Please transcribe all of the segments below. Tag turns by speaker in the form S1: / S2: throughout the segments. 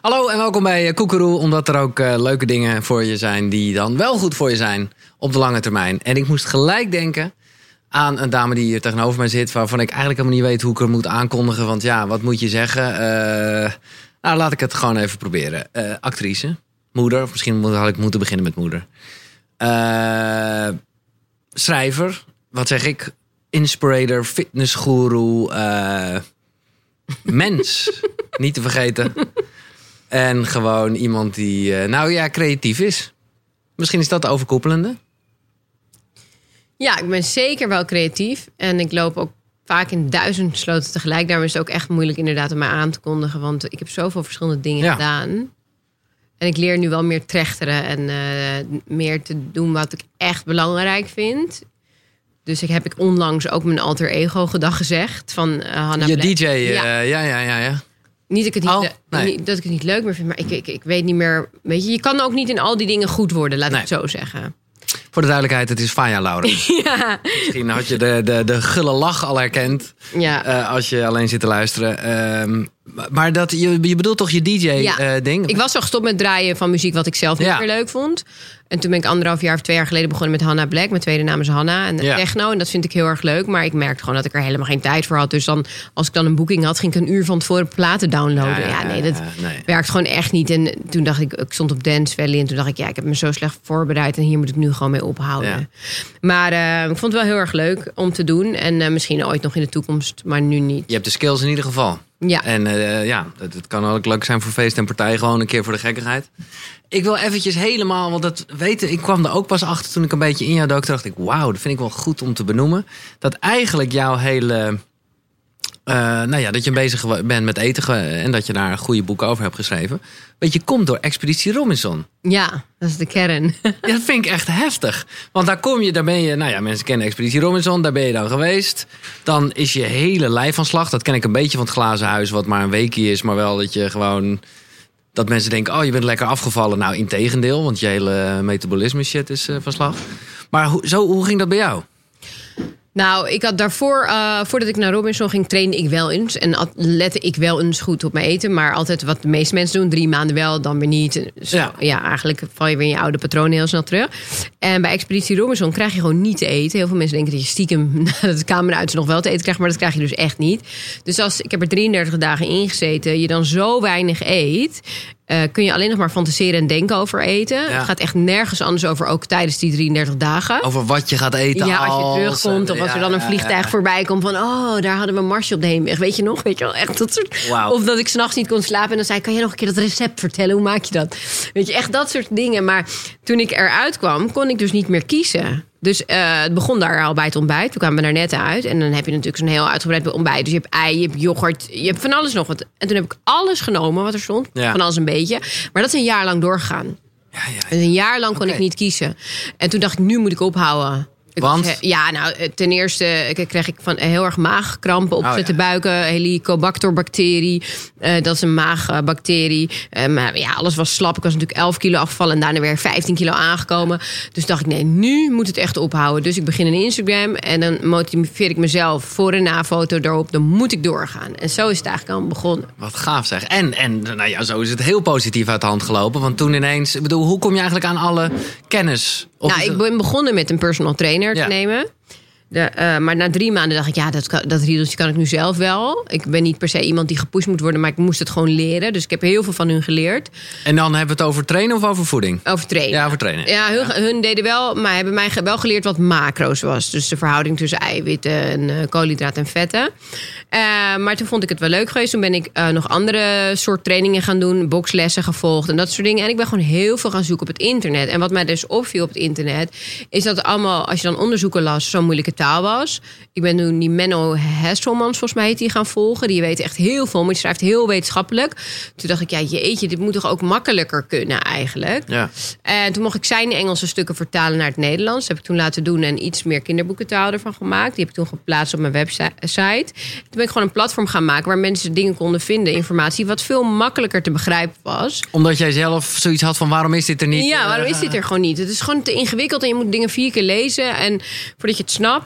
S1: Hallo en welkom bij Koekeroe. Omdat er ook leuke dingen voor je zijn die dan wel goed voor je zijn op de lange termijn. En ik moest gelijk denken aan een dame die hier tegenover mij zit, waarvan ik eigenlijk helemaal niet weet hoe ik haar moet aankondigen. Want ja, wat moet je zeggen? Nou, laat ik het gewoon even proberen. Actrice, moeder, of misschien had ik moeten beginnen met moeder. Schrijver, wat zeg ik? Inspirator, fitnessgoeroe, mens, niet te vergeten. En gewoon iemand die, creatief is. Misschien is dat de overkoepelende.
S2: Ja, ik ben zeker wel creatief. En ik loop ook vaak in 1000 sloten tegelijk. Daarom is het ook echt moeilijk inderdaad om mij aan te kondigen. Want ik heb zoveel verschillende dingen gedaan. En ik leer nu wel meer trechteren en meer te doen wat ik echt belangrijk vind. Dus heb ik onlangs ook mijn alter ego gedag gezegd. Van Hannah
S1: Je
S2: Black.
S1: DJ, ja.
S2: Niet dat ik het niet leuk meer vind, maar ik weet niet meer. Weet je kan ook niet in al die dingen goed worden, laat ik het zo zeggen.
S1: Voor de duidelijkheid, het is Faya Laurens.
S2: Ja.
S1: Misschien had je de gulle lach al herkend. Ja. Als je alleen zit te luisteren. Maar je bedoelt toch je DJ-ding?
S2: Ik was al gestopt met draaien van muziek wat ik zelf niet meer leuk vond. En toen ben ik 1,5 jaar of 2 jaar geleden begonnen met Hannah Black. Mijn tweede naam is Hannah. En techno. En dat vind ik heel erg leuk. Maar ik merkte gewoon dat ik er helemaal geen tijd voor had. Dus dan, als ik dan een boeking had, ging ik 1 uur van tevoren platen downloaden. Dat werkt gewoon echt niet. En toen dacht ik stond op Dance Valley. En toen dacht ik, ik heb me zo slecht voorbereid. En hier moet ik nu gewoon mee ophouden. Ja. Maar ik vond het wel heel erg leuk om te doen. En misschien ooit nog in de toekomst, maar nu niet.
S1: Je hebt de skills in ieder geval.
S2: Ja.
S1: En het kan ook leuk zijn voor feest en partij. Gewoon een keer voor de gekkigheid. Ik wil eventjes helemaal, want dat weten, ik kwam er ook pas achter toen ik een beetje in jou dook. Toen dacht ik, wauw, dat vind ik wel goed om te benoemen. Dat eigenlijk jouw hele, dat je bezig bent met eten en dat je daar goede boeken over hebt geschreven. Weet je, komt door Expeditie Robinson.
S2: Ja, dat is de kern.
S1: Ja, dat vind ik echt heftig. Want daar ben je, mensen kennen Expeditie Robinson, daar ben je dan geweest. Dan is je hele lijf van slag. Dat ken ik een beetje van het glazen huis, wat maar een weekje is. Maar wel dat je gewoon, dat mensen denken, je bent lekker afgevallen. Nou, integendeel, want je hele metabolisme shit is van slag. Maar hoe ging dat bij jou?
S2: Nou, ik had daarvoor, voordat ik naar Robinson ging, trainde ik wel eens. En lette ik wel eens goed op mijn eten. Maar altijd wat de meeste mensen doen, 3 maanden wel, dan weer niet. Dus eigenlijk val je weer in je oude patronen heel snel terug. En bij Expeditie Robinson krijg je gewoon niet te eten. Heel veel mensen denken dat je stiekem de kamer uit nog wel te eten krijgt. Maar dat krijg je dus echt niet. Dus ik heb er 33 dagen in gezeten. Je dan zo weinig eet, kun je alleen nog maar fantaseren en denken over eten. Ja. Het gaat echt nergens anders over, ook tijdens die 33 dagen.
S1: Over wat je gaat eten.
S2: Ja, als je terugkomt of als er dan een vliegtuig voorbij komt van, daar hadden we Marsje op de heenweg. Weet je nog? Weet je wel, echt dat soort. Wow. Of dat ik 's nachts niet kon slapen en dan zei ik, kan je nog een keer dat recept vertellen? Hoe maak je dat? Weet je, echt dat soort dingen. Maar toen ik eruit kwam, kon ik dus niet meer kiezen. Dus het begon daar al bij het ontbijt. Toen kwamen we daar net uit. En dan heb je natuurlijk zo'n heel uitgebreid ontbijt. Dus je hebt ei, je hebt yoghurt, je hebt van alles nog wat. En toen heb ik alles genomen wat er stond. Ja. Van alles een beetje. Maar dat is een jaar lang doorgegaan. Ja. Dus een jaar lang kon ik niet kiezen. En toen dacht ik, nu moet ik ophouden.
S1: Want?
S2: Ten eerste kreeg ik van heel erg maagkrampen, opzette buiken, Helicobacter-bacterie. Dat is een maagbacterie. Maar alles was slap. Ik was natuurlijk 11 kilo afgevallen en daarna weer 15 kilo aangekomen. Dus dacht ik, nee, nu moet het echt ophouden. Dus ik begin een Instagram en dan motiveer ik mezelf voor- en na-foto erop. Dan moet ik doorgaan. En zo is het eigenlijk al begonnen.
S1: Wat gaaf zeg. En zo is het heel positief uit de hand gelopen. Want toen ineens, hoe kom je eigenlijk aan alle kennis?
S2: Ik ben begonnen met een personal trainer te nemen. Maar na 3 maanden dacht ik, dat riedeltje kan ik nu zelf wel. Ik ben niet per se iemand die gepusht moet worden, maar ik moest het gewoon leren. Dus ik heb heel veel van hun geleerd. En
S1: dan hebben we het over trainen of over voeding?
S2: Over trainen.
S1: Ja, over trainen.
S2: Ja, hun deden wel, maar hebben mij wel geleerd wat macro's was. Dus de verhouding tussen eiwitten en koolhydraten en vetten. Maar toen vond ik het wel leuk geweest. Toen ben ik nog andere soort trainingen gaan doen. Bokslessen gevolgd en dat soort dingen. En ik ben gewoon heel veel gaan zoeken op het internet. En wat mij dus opviel op het internet, is dat allemaal, als je dan onderzoeken las, zo'n moeilijke taal was. Ik ben toen die Menno Hesselmans, volgens mij heet die, gaan volgen. Die weet echt heel veel, maar die schrijft heel wetenschappelijk. Toen dacht ik, jeetje, dit moet toch ook makkelijker kunnen eigenlijk. Ja. En toen mocht ik zijn Engelse stukken vertalen naar het Nederlands. Dat heb ik toen laten doen en iets meer kinderboekentaal ervan gemaakt. Die heb ik toen geplaatst op mijn website. Toen ben ik gewoon een platform gaan maken waar mensen dingen konden vinden, informatie, wat veel makkelijker te begrijpen was.
S1: Omdat jij zelf zoiets had van, waarom is dit er niet?
S2: Ja, waarom is dit er gewoon niet? Het is gewoon te ingewikkeld en je moet dingen 4 keer lezen en voordat je het snapt.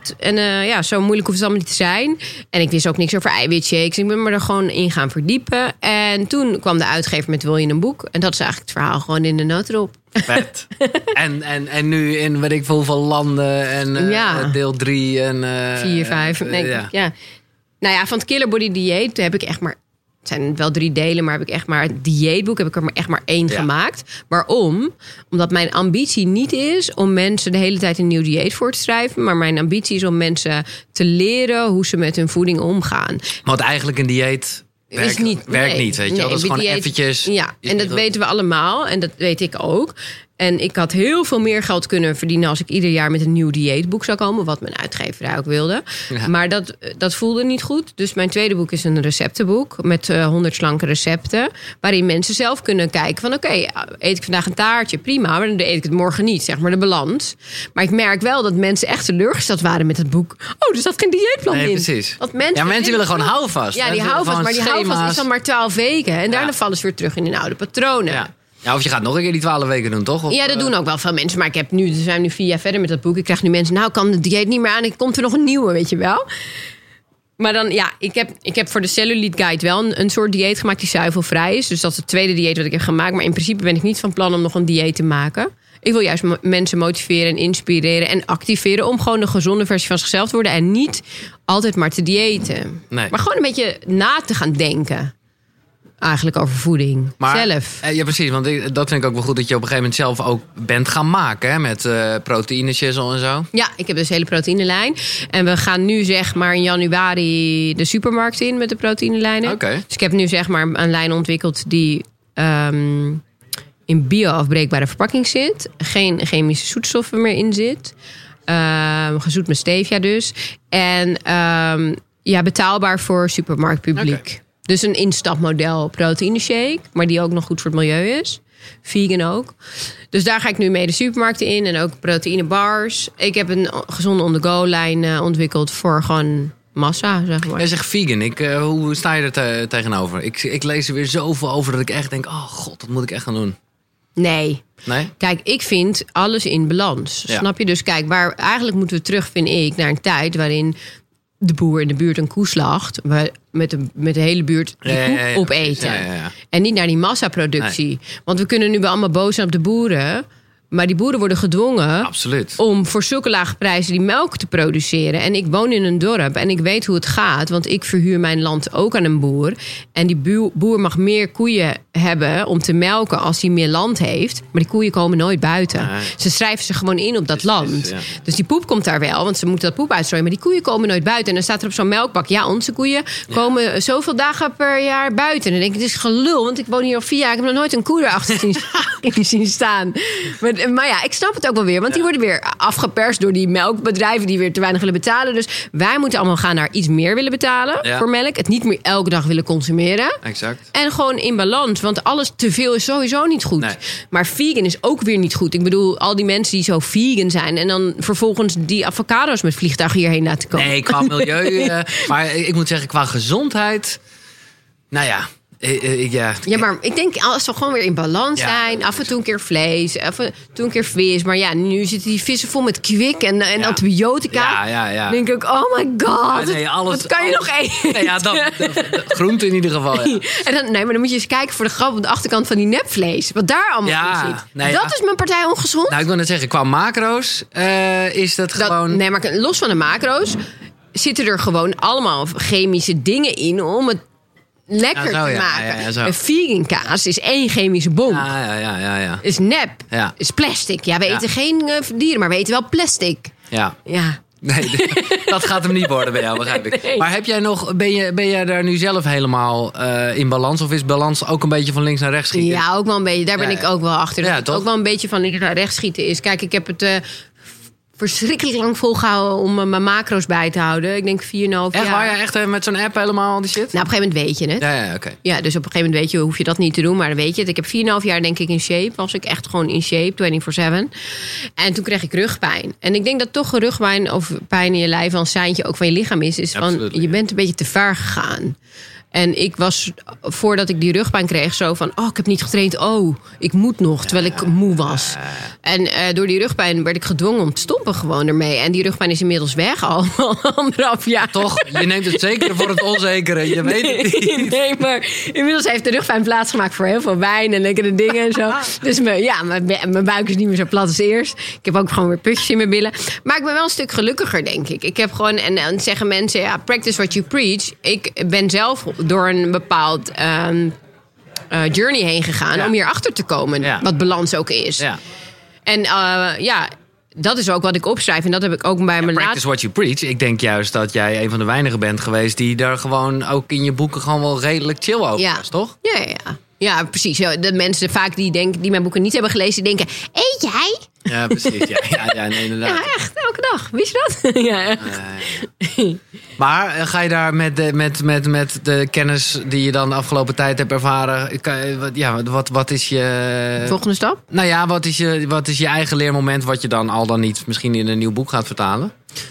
S2: recept. En zo moeilijk hoeft het allemaal niet te zijn. En ik wist ook niks over eiwitshakes. Ik ben me er gewoon in gaan verdiepen. En toen kwam de uitgever met wil je een boek? En dat is eigenlijk het verhaal gewoon in de notendop.
S1: Vet. en nu in weet ik veel hoeveel landen. En deel 3 en...
S2: 4, 5. Ja. Nou ja, van het Killer Body Dieet heb ik echt maar... Het zijn wel 3 delen, maar heb ik echt maar het dieetboek heb ik er maar echt maar 1 gemaakt. Waarom? Omdat mijn ambitie niet is om mensen de hele tijd een nieuw dieet voor te schrijven. Maar mijn ambitie is om mensen te leren hoe ze met hun voeding omgaan.
S1: Want eigenlijk een dieet werkt niet, weet je wel. Dat is gewoon
S2: dieet,
S1: eventjes...
S2: Ja, en dat weten we allemaal. En dat weet ik ook. En ik had heel veel meer geld kunnen verdienen als ik ieder jaar met een nieuw dieetboek zou komen. Wat mijn uitgeverij ook wilde. Ja. Maar dat voelde niet goed. Dus mijn tweede boek is een receptenboek met 100 slanke recepten. Waarin mensen zelf kunnen kijken van oké, eet ik vandaag een taartje? Prima, maar dan eet ik het morgen niet. Zeg maar de balans. Maar ik merk wel dat mensen echt teleurgesteld waren met het boek. Oh, er zat geen dieetplan in.
S1: Precies.
S2: Want mensen
S1: willen gewoon houvast.
S2: Ja, die houvast. Maar die houvast is dan maar 12 weken. En daarna vallen ze weer terug in hun oude patronen.
S1: Ja, of je gaat nog een keer die 12 weken doen, toch? Of,
S2: ja, dat doen ook wel veel mensen. Maar we zijn nu 4 jaar verder met dat boek. Ik krijg nu mensen, nou kan de dieet niet meer aan. En komt er nog een nieuwe, weet je wel. Maar dan, ik heb voor de Cellulite Guide wel een soort dieet gemaakt die zuivelvrij is. Dus dat is het tweede dieet wat ik heb gemaakt. Maar in principe ben ik niet van plan om nog een dieet te maken. Ik wil juist mensen motiveren en inspireren en activeren om gewoon een gezonde versie van zichzelf te worden. En niet altijd maar te diëten. Nee. Maar gewoon een beetje na te gaan denken. Eigenlijk over voeding. Zelf.
S1: Ja, precies. Want dat vind ik ook wel goed dat je op een gegeven moment zelf ook bent gaan maken. Hè, met proteïne shizzle en zo.
S2: Ja, ik heb dus een hele proteïnelijn. En we gaan nu zeg maar in januari de supermarkt in met de proteïnelijnen.
S1: Okay.
S2: Dus ik heb nu zeg maar een lijn ontwikkeld die in bio-afbreekbare verpakking zit. Geen chemische zoetstoffen meer in zit. Gezoet met stevia dus. En betaalbaar voor supermarktpubliek. Okay. Dus een instapmodel proteïne shake, maar die ook nog goed voor het milieu is. Vegan ook. Dus daar ga ik nu mee de supermarkten in. En ook proteïne bars. Ik heb een gezonde on-the-go-lijn ontwikkeld voor gewoon massa, zeg maar.
S1: Jij zegt vegan. Hoe sta je er tegenover? Ik lees er weer zoveel over dat ik echt denk... oh god, dat moet ik echt gaan doen.
S2: Nee? Kijk, ik vind alles in balans. Ja. Snap je? Dus kijk, eigenlijk moeten we terug, vind ik, naar een tijd waarin... de boer in de buurt een koe slacht... met de hele buurt die koe opeten. Ja. En niet naar die massaproductie. Nee. Want we kunnen nu wel allemaal boos zijn op de boeren... maar die boeren worden gedwongen... om voor zulke lage prijzen die melk te produceren. En ik woon in een dorp en ik weet hoe het gaat... want ik verhuur mijn land ook aan een boer. En die boer mag meer koeien hebben om te melken... als hij meer land heeft. Maar die koeien komen nooit buiten. Nee. Ze schrijven zich gewoon in op dat land. Ja. Dus die poep komt daar wel, want ze moeten dat poep uitstrooien. Maar die koeien komen nooit buiten. En dan staat er op zo'n melkbak... ja, onze koeien komen zoveel dagen per jaar buiten. En dan denk ik, het is gelul, want ik woon hier al 4 jaar... ik heb nog nooit een koe erachter zien staan. Maar ja, ik snap het ook wel weer. Want die worden weer afgeperst door die melkbedrijven... die weer te weinig willen betalen. Dus wij moeten allemaal gaan naar iets meer willen betalen voor melk. Het niet meer elke dag willen consumeren.
S1: Exact.
S2: En gewoon in balans. Want alles te veel is sowieso niet goed. Nee. Maar vegan is ook weer niet goed. Ik bedoel, al die mensen die zo vegan zijn... en dan vervolgens die avocado's met vliegtuigen hierheen laten komen.
S1: Nee, qua milieu. Maar ik moet zeggen, qua gezondheid... nou ja...
S2: Ja, maar ik denk als we gewoon weer in balans zijn... af en toe een keer vlees, af en toe een keer vis. Maar ja, nu zitten die vissen vol met kwik en antibiotica. Dan denk ik, oh my god, wat kan je nog eten?
S1: Nee, groente in ieder geval. Ja.
S2: En dan, maar dan moet je eens kijken voor de grap... op de achterkant van die nepvlees. Wat daar allemaal in zit. Nee, dat is mijn partij ongezond.
S1: Nou, ik wil net zeggen, qua macro's is dat gewoon...
S2: Nee, maar los van de macro's... zitten er gewoon allemaal chemische dingen in... om het lekker te maken. Een vegan kaas is 1 chemische bom.
S1: Ja.
S2: Is nep. Ja. Is plastic. Ja, we eten geen dieren, maar we eten wel plastic.
S1: Ja. Nee, dat gaat hem niet worden bij jou, begrijp ik. Nee. Maar heb jij nog, ben jij daar nu zelf helemaal in balans? Of is balans ook een beetje van links naar rechts schieten?
S2: Ja, ook wel een beetje. Daar ben ik ook wel achter. Dat het ook wel een beetje van links naar rechts schieten is. Kijk, ik heb het... verschrikkelijk lang volgehouden om mijn macro's bij te houden. Ik denk 4,5 jaar.
S1: Echt waar? Ja, echt met zo'n app helemaal die shit?
S2: Nou, op een gegeven moment weet je het.
S1: Ja, oké.
S2: Ja, dus op een gegeven moment weet je, hoef je dat niet te doen, maar dan weet je het. Ik heb 4,5 jaar denk ik in shape. Was ik echt gewoon in shape, 24/7. En toen kreeg ik rugpijn. En ik denk dat toch een rugpijn of pijn in je lijf wel een seintje ook van je lichaam is. Van, je bent een beetje te ver gegaan. En ik was, voordat ik die rugpijn kreeg, zo van... ik heb niet getraind, ik moet nog, terwijl ik moe was. En door die rugpijn werd ik gedwongen om te stoppen gewoon ermee. En die rugpijn is inmiddels weg, al 1,5 jaar.
S1: Toch, je neemt het zekere voor het onzekere, je weet het niet.
S2: Nee, maar inmiddels heeft de rugpijn plaatsgemaakt voor heel veel wijn en lekkere dingen en zo. Dus mijn buik is niet meer zo plat als eerst. Ik heb ook gewoon weer putjes in mijn billen. Maar ik ben wel een stuk gelukkiger, denk ik. Ik heb gewoon, en dan zeggen mensen, practice what you preach. Ik ben zelf door een bepaald journey heen gegaan om hier achter te komen. Wat balans ook is. Ja. En dat is ook wat ik opschrijf. En dat heb ik ook bij mijn laatste...
S1: Practice what you preach. Ik denk juist dat jij een van de weinigen bent geweest... die daar gewoon ook in je boeken gewoon wel redelijk chill over was, toch?
S2: Ja, precies. De mensen vaak die mijn boeken niet hebben gelezen... die denken, eet jij?
S1: Ja, precies. Nee, inderdaad.
S2: Ja, echt. Elke dag. Wist je dat? Ja.
S1: Maar ga je daar met de kennis die je dan de afgelopen tijd hebt ervaren... Wat is je...
S2: Volgende stap?
S1: Nou ja, wat is je eigen leermoment... wat je dan al dan niet misschien in een nieuw boek gaat vertalen?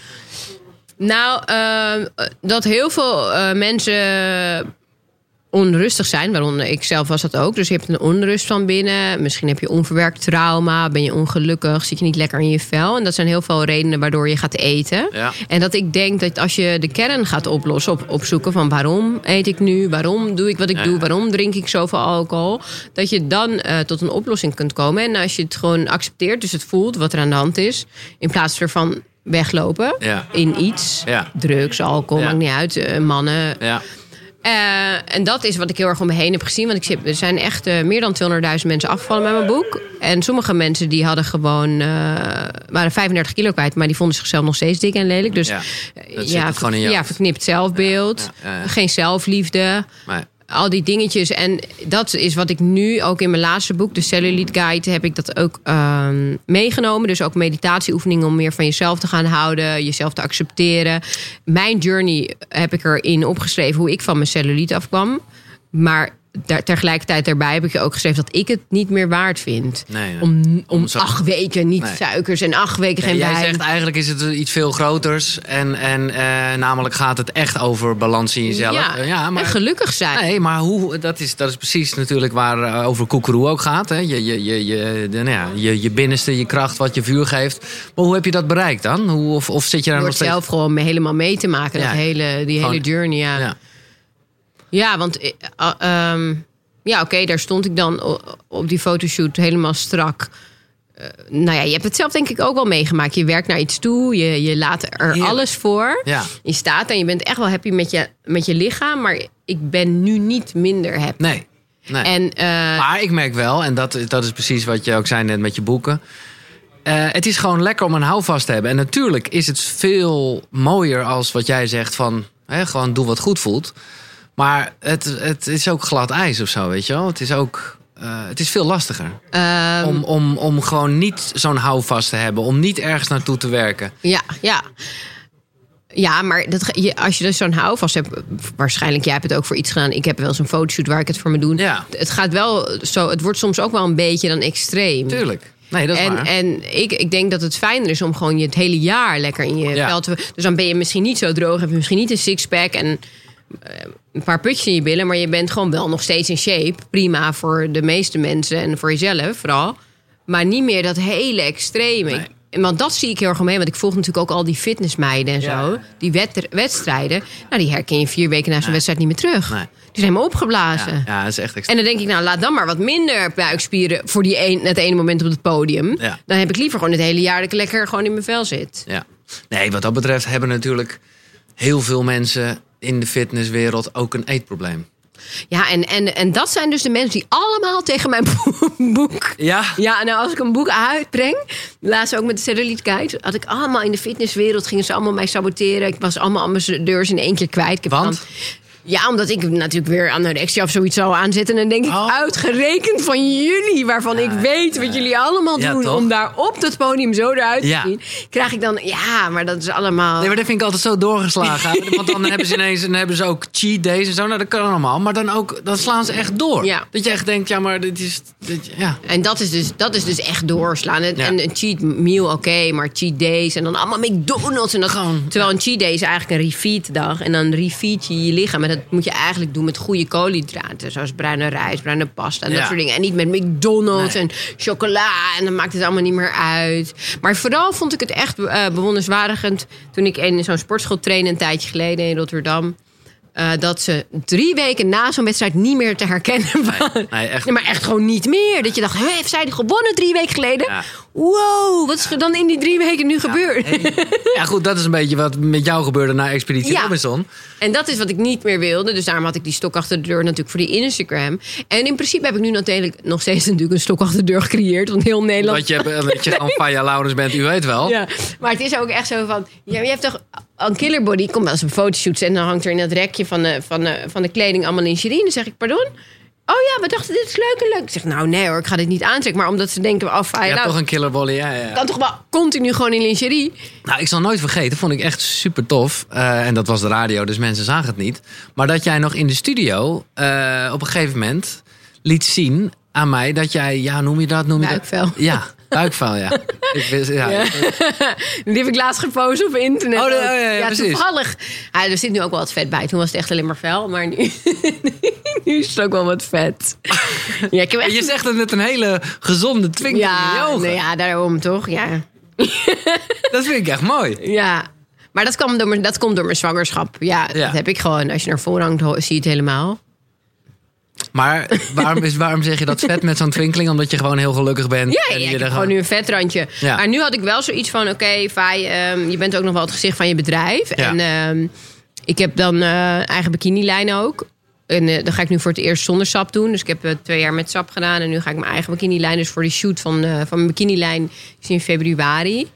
S2: Nou, dat heel veel mensen... onrustig zijn, waaronder ik zelf was dat ook. Dus je hebt een onrust van binnen. Misschien heb je onverwerkt trauma. Ben je ongelukkig? Zit je niet lekker in je vel? En dat zijn heel veel redenen waardoor je gaat eten. Ja. En dat ik denk dat als je de kern gaat oplossen... opzoeken van waarom eet ik nu? Waarom doe ik wat ik doe? Waarom drink ik zoveel alcohol? Dat je dan tot een oplossing kunt komen. En als je het gewoon accepteert, dus het voelt wat er aan de hand is... in plaats ervan weglopen in iets. Ja. Drugs, alcohol, maakt niet uit. Mannen... Ja. En dat is wat ik heel erg om me heen heb gezien. Want er zijn echt meer dan 200.000 mensen afgevallen met mijn boek. En sommige mensen die hadden gewoon... waren 35 kilo kwijt, maar die vonden zichzelf nog steeds dik en lelijk. Dus verknipt zelfbeeld. Geen zelfliefde. Nee. Al die dingetjes. En dat is wat ik nu ook in mijn laatste boek... de Cellulite Guide, heb ik dat ook meegenomen. Dus ook meditatieoefeningen om meer van jezelf te gaan houden. Jezelf te accepteren. Mijn journey heb ik erin opgeschreven... hoe ik van mijn cellulite afkwam. Maar tegelijkertijd daarbij heb ik ook geschreven... dat ik het niet meer waard vind. Nee. Om 8 weken niet suikers en 8 weken geen wijn.
S1: Jij zegt eigenlijk is het iets veel groters. En namelijk gaat het echt over balans in jezelf.
S2: Ja, maar, en gelukkig zijn.
S1: Nee, maar dat is precies natuurlijk waar over Koekeroe ook gaat. Hè? Je binnenste, je kracht, wat je vuur geeft. Maar hoe heb je dat bereikt dan? Of zit je daar nog steeds...
S2: zelf gewoon helemaal mee te maken. Die hele journey, ja. Ja, want daar stond ik dan op die fotoshoot helemaal strak. Je hebt het zelf denk ik ook wel meegemaakt. Je werkt naar iets toe, je laat er alles voor. Ja. Je staat en je bent echt wel happy met je lichaam. Maar ik ben nu niet minder happy.
S1: Nee. Maar ik merk wel, en dat is precies wat je ook zei net met je boeken... het is gewoon lekker om een houvast te hebben. En natuurlijk is het veel mooier als wat jij zegt van... gewoon doe wat goed voelt... Maar het is ook glad ijs of zo, weet je wel. Het is ook... het is veel lastiger. Om gewoon niet zo'n houvast te hebben. Om niet ergens naartoe te werken.
S2: Ja. Ja, maar als je dus zo'n houvast hebt... Waarschijnlijk, jij hebt het ook voor iets gedaan. Ik heb wel zo'n fotoshoot waar ik het voor me doe. Ja. Het gaat wel zo... Het wordt soms ook wel een beetje dan extreem.
S1: Tuurlijk. Nee, dat is waar.
S2: En ik denk dat het fijner is om gewoon je het hele jaar lekker in je vel te... Dus dan ben je misschien niet zo droog. Heb je misschien niet een sixpack en... een paar putjes in je billen, maar je bent gewoon wel nog steeds in shape. Prima voor de meeste mensen en voor jezelf vooral. Maar niet meer dat hele extreme. Nee. Want dat zie ik heel erg omheen. Want ik volg natuurlijk ook al die fitnessmeiden en zo. Die wedstrijden. Nou, die herken je 4 weken na zo'n wedstrijd niet meer terug. Nee. Die zijn helemaal opgeblazen.
S1: Ja, dat is echt extreem.
S2: En dan denk ik, laat dan maar wat minder buikspieren... voor het ene moment op het podium. Ja. Dan heb ik liever gewoon het hele jaar... dat ik lekker gewoon in mijn vel zit. Ja.
S1: Nee, wat dat betreft hebben natuurlijk heel veel mensen... in de fitnesswereld ook een eetprobleem.
S2: Ja, en dat zijn dus de mensen die allemaal tegen mijn boek... Ja, nou als ik een boek uitbreng... laatst ook met de Cellulite Guide... had ik allemaal in de fitnesswereld... gingen ze allemaal mij saboteren. Ik was allemaal ambassadeurs in 1 keer kwijt. Ja, omdat ik natuurlijk weer anorexia of zoiets zou aanzetten. En dan denk ik, uitgerekend van jullie... waarvan ik weet wat jullie allemaal doen... om daar op dat podium zo eruit te zien... krijg ik dan... Ja, maar dat is allemaal...
S1: Nee, maar dat vind ik altijd zo doorgeslagen. Want dan hebben ze ineens ook cheat days en zo. Nou, dat kan allemaal. Maar dan slaan ze echt door. Ja. Dat je echt denkt, ja, maar dit is...
S2: En dat is dus echt doorslaan. En een cheat meal, oké, maar cheat days... en dan allemaal McDonald's. En dat, terwijl een cheat day is eigenlijk een refeed dag. En dan refeed je je lichaam met dat moet je eigenlijk doen met goede koolhydraten. Zoals bruine rijst, bruine pasta en dat soort dingen. En niet met McDonald's en chocola. En dan maakt het allemaal niet meer uit. Maar vooral vond ik het echt bewonderenswaardigend toen ik in zo'n sportschool trainde een tijdje geleden in Rotterdam. Dat ze 3 weken na zo'n wedstrijd niet meer te herkennen waren.
S1: Nee, echt.
S2: Nee, maar echt gewoon niet meer. Dat je dacht, heeft zij gewonnen 3 weken geleden?
S1: Ja.
S2: Wow, wat is er dan in die 3 weken nu gebeurd?
S1: Ja, goed, dat is een beetje wat met jou gebeurde na Expeditie Robinson.
S2: En dat is wat ik niet meer wilde. Dus daarom had ik die stok achter de deur natuurlijk voor die Instagram. En in principe heb ik nu natuurlijk nog steeds natuurlijk een stok achter de deur gecreëerd. Want heel Nederland...
S1: Dat je gewoon Faya Laurens bent, u weet wel.
S2: Ja, maar het is ook echt zo van... Ja, je hebt toch een killerbody. Ik kom wel eens op fotoshoots en dan hangt er in dat rekje van de kleding allemaal lingerie. En dan zeg ik, pardon? Oh ja, we dachten dit is leuk en leuk. Ik zeg, nou nee hoor, ik ga dit niet aantrekken. Maar omdat ze denken, Faya
S1: Je hebt toch een killerbolly, ja.
S2: kan toch wel continu gewoon in lingerie?
S1: Nou, ik zal nooit vergeten, vond ik echt super tof. En dat was de radio, dus mensen zagen het niet. Maar dat jij nog in de studio op een gegeven moment liet zien aan mij dat jij, noem je dat?
S2: Buikvel.
S1: Ja, buikvel, ja.
S2: Die heb ik laatst gepost op internet.
S1: Ja, precies.
S2: Toevallig. Er zit nu ook wel wat vet bij. Toen was het echt alleen maar vuil. Maar nu is het ook wel wat vet. Ja, ik heb echt...
S1: Je zegt het met een hele gezonde twinkel in je ogen.
S2: Nou ja, daarom toch. Ja.
S1: Dat vind ik echt mooi.
S2: Ja. Maar dat komt door mijn zwangerschap. Ja, dat heb ik gewoon. Als je naar voren hangt, zie je het helemaal.
S1: Maar waarom zeg je dat vet met zo'n twinkeling? Omdat je gewoon heel gelukkig bent.
S2: Ja, ik heb gewoon nu een vetrandje. Ja. Maar nu had ik wel zoiets van... Oké, Fai, je bent ook nog wel het gezicht van je bedrijf. Ja. En ik heb dan eigen bikinilijn ook. En dan ga ik nu voor het eerst zonder sap doen. Dus ik heb 2 jaar met sap gedaan. En nu ga ik mijn eigen bikinilijn. Dus voor die shoot van mijn bikinilijn is in februari.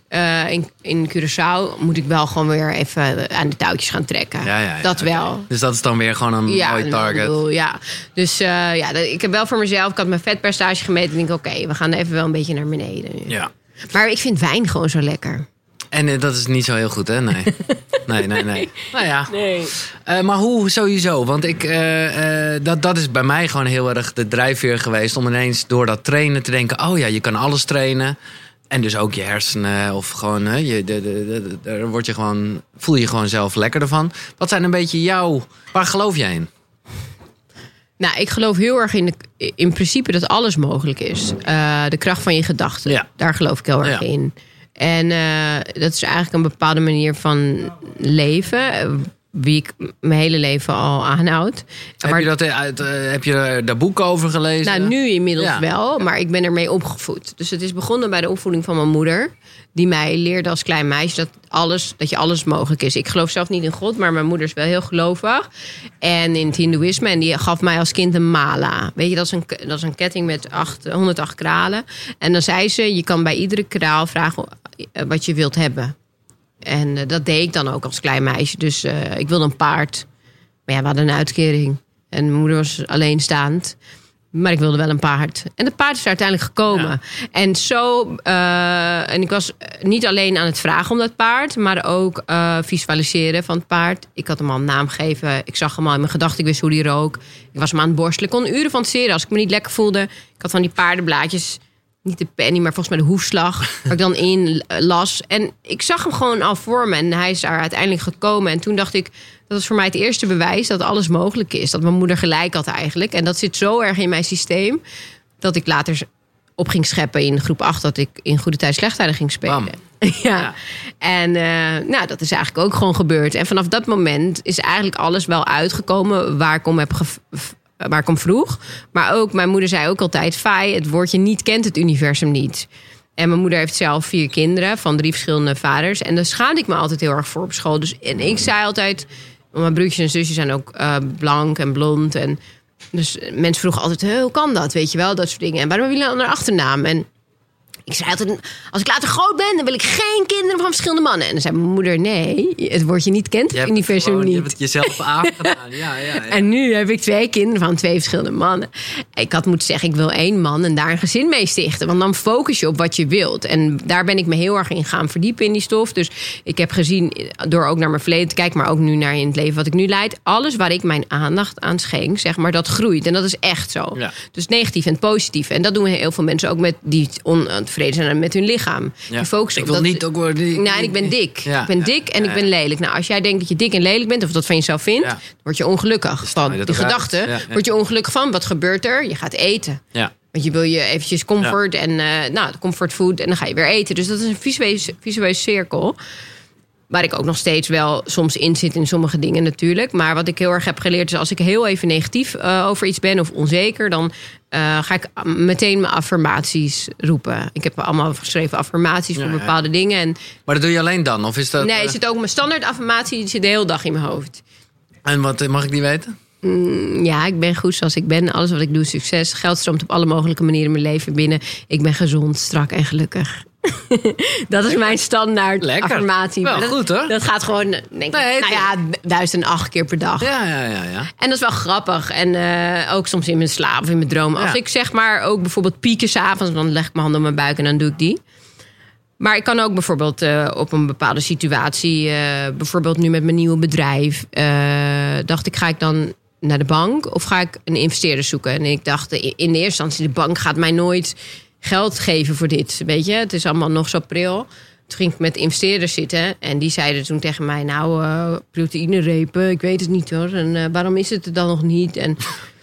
S2: In Curaçao moet ik wel gewoon weer even aan de touwtjes gaan trekken. Ja, dat wel.
S1: Dus dat is dan weer gewoon een mooi target.
S2: Dus ik heb wel voor mezelf... Ik had mijn vetpercentage gemeten. En denk oké, we gaan even wel een beetje naar beneden nu. Ja. Maar ik vind wijn gewoon zo lekker.
S1: En dat is niet zo heel goed, hè? Nee. Nee. Nou ja. Nee. Maar hoe sowieso? Want dat is bij mij gewoon heel erg de drijfveer geweest... om ineens door dat trainen te denken... oh ja, je kan alles trainen... En dus ook je hersenen of gewoon, daar voel je gewoon zelf lekker ervan. Wat zijn een beetje waar geloof jij in?
S2: Nou, ik geloof heel erg in principe dat alles mogelijk is. De kracht van je gedachten, daar geloof ik heel erg in. En dat is eigenlijk een bepaalde manier van leven... wie ik mijn hele leven al aanhoud.
S1: Heb je daar boeken over gelezen?
S2: Nou, nu inmiddels wel, maar ik ben ermee opgevoed. Dus het is begonnen bij de opvoeding van mijn moeder... die mij leerde als klein meisje dat je alles mogelijk is. Ik geloof zelf niet in God, maar mijn moeder is wel heel gelovig. En in het hindoeïsme, en die gaf mij als kind een mala. Weet je, dat is een ketting met 108 kralen. En dan zei ze, je kan bij iedere kraal vragen wat je wilt hebben... En dat deed ik dan ook als klein meisje. Dus ik wilde een paard. Maar we hadden een uitkering. En mijn moeder was alleenstaand. Maar ik wilde wel een paard. En het paard is er uiteindelijk gekomen. Ja. En zo... en ik was niet alleen aan het vragen om dat paard... maar ook visualiseren van het paard. Ik had hem al een naam gegeven. Ik zag hem al in mijn gedachten. Ik wist hoe die rook. Ik was hem aan het borstelen. Ik kon uren fantaseren als ik me niet lekker voelde. Ik had van die paardenblaadjes... Niet de penny, maar volgens mij de hoefslag. Waar ik dan in las. En ik zag hem gewoon al voor me. En hij is daar uiteindelijk gekomen. En toen dacht ik, dat is voor mij het eerste bewijs... dat alles mogelijk is. Dat mijn moeder gelijk had eigenlijk. En dat zit zo erg in mijn systeem... dat ik later op ging scheppen in groep 8... dat ik in goede tijd slecht tijden ging spelen. Ja. En dat is eigenlijk ook gewoon gebeurd. En vanaf dat moment is eigenlijk alles wel uitgekomen... waar ik om vroeg. Maar ook, mijn moeder zei ook altijd... Fai, het woordje niet kent het universum niet. En mijn moeder heeft zelf 4 kinderen... van 3 verschillende vaders. En daar schaamde ik me altijd heel erg voor op school. Dus, en ik zei altijd... Mijn broertjes en zusjes zijn ook blank en blond. En dus mensen vroegen altijd... hoe kan dat, weet je wel, dat soort dingen. En waarom hebben jullie dan een achternaam? En ik zei altijd, als ik later groot ben... dan wil ik geen kinderen van verschillende mannen. En dan zei mijn moeder, nee, het woordje niet kent het universum niet.
S1: Je hebt het jezelf aangedaan. Ja.
S2: En nu heb ik 2 kinderen van 2 verschillende mannen. Ik had moeten zeggen, ik wil 1 man en daar een gezin mee stichten. Want dan focus je op wat je wilt. En daar ben ik me heel erg in gaan verdiepen in die stof. Dus ik heb gezien, door ook naar mijn verleden te kijken... maar ook nu naar in het leven wat ik nu leid... alles waar ik mijn aandacht aan schenk, zeg maar, dat groeit. En dat is echt zo. Ja. Dus negatief en positief. En dat doen heel veel mensen ook met kan tevreden zijn met hun lichaam.
S1: Ja.
S2: Die focussen
S1: ik
S2: op
S1: wil
S2: dat,
S1: niet ook worden...
S2: Nou, en ik ben dik.
S1: Ja,
S2: ik ben dik en ik ben lelijk. Nou, als jij denkt dat je dik en lelijk bent... of dat van jezelf vindt, dan word je ongelukkig van. Die gedachte, word je ongelukkig van. Wat gebeurt er? Je gaat eten.
S1: Ja.
S2: Want je wil je eventjes comfort en de comfortfood... en dan ga je weer eten. Dus dat is een visueuze cirkel... waar ik ook nog steeds wel soms in zit in sommige dingen natuurlijk. Maar wat ik heel erg heb geleerd is... als ik heel even negatief over iets ben of onzeker... dan ga ik meteen mijn affirmaties roepen. Ik heb allemaal geschreven affirmaties voor bepaalde dingen. En,
S1: maar dat doe je alleen dan? Of is dat,
S2: nee, er zit ook mijn standaard affirmatie... die zit de hele dag in mijn hoofd.
S1: En wat mag ik die weten?
S2: Ja, ik ben goed zoals ik ben. Alles wat ik doe, succes. Geld stroomt op alle mogelijke manieren in mijn leven binnen. Ik ben gezond, strak en gelukkig. Dat is mijn standaard affirmatie.
S1: Wel goed hoor.
S2: Dat gaat gewoon, denk ik, 1008 keer per dag.
S1: Ja.
S2: En dat is wel grappig. En ook soms in mijn slaap of in mijn droom. Als ik zeg maar ook bijvoorbeeld pieken 's avonds... dan leg ik mijn hand op mijn buik en dan doe ik die. Maar ik kan ook bijvoorbeeld op een bepaalde situatie... bijvoorbeeld nu met mijn nieuwe bedrijf... dacht ik, ga ik dan naar de bank of ga ik een investeerder zoeken? En ik dacht, in de eerste instantie, de bank gaat mij nooit geld geven voor dit. Weet je, het is allemaal nog zo pril. Toen ging ik met investeerders zitten en die zeiden toen tegen mij... proteïnerepen, ik weet het niet hoor. En waarom is het er dan nog niet? En